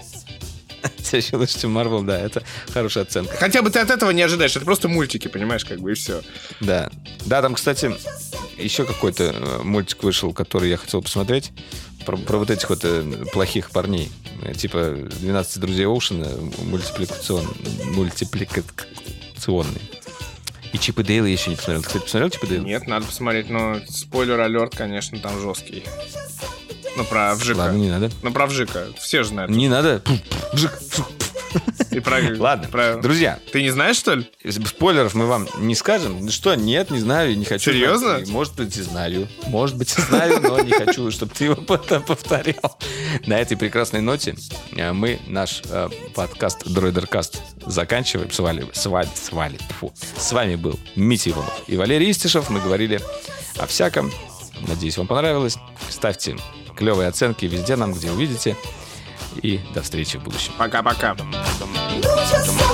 Все еще лучше, чем Marvel, да, это хорошая оценка. Хотя бы ты от этого не ожидаешь, это просто мультики, понимаешь, как бы, и все. Да. Да, там, кстати, еще какой-то мультик вышел, который я хотел посмотреть. Про, про вот этих вот э, плохих парней. Типа «двенадцать друзей Оушена», мультипликацион, мультипликационный. И Чип и Дейл я еще не посмотрел. Ты, кстати, посмотрел Чип и Дейл? Нет, надо посмотреть, но спойлер-алерт, конечно, там жесткий. Ну, про Вжика. Ладно, не надо. Ну, про Вжика. Все же знают. Не надо. Вжик. И про... Ладно, про... друзья. Ты не знаешь, что ли? Спойлеров мы вам не скажем. Ну что, нет, не знаю, не хочу. Серьезно? Знать. Может быть, и знаю. Может быть, и знаю, но не хочу, чтобы ты его потом повторял. На этой прекрасной ноте мы наш э, подкаст Дроидеркаст заканчиваем. С вами, с вами, с вами, фу. С вами был Митя Иванов и Валерий Истишев. Мы говорили о всяком. Надеюсь, вам понравилось. Ставьте клевые оценки везде нам, где увидите. И до встречи в будущем. Пока-пока. Lose yourself.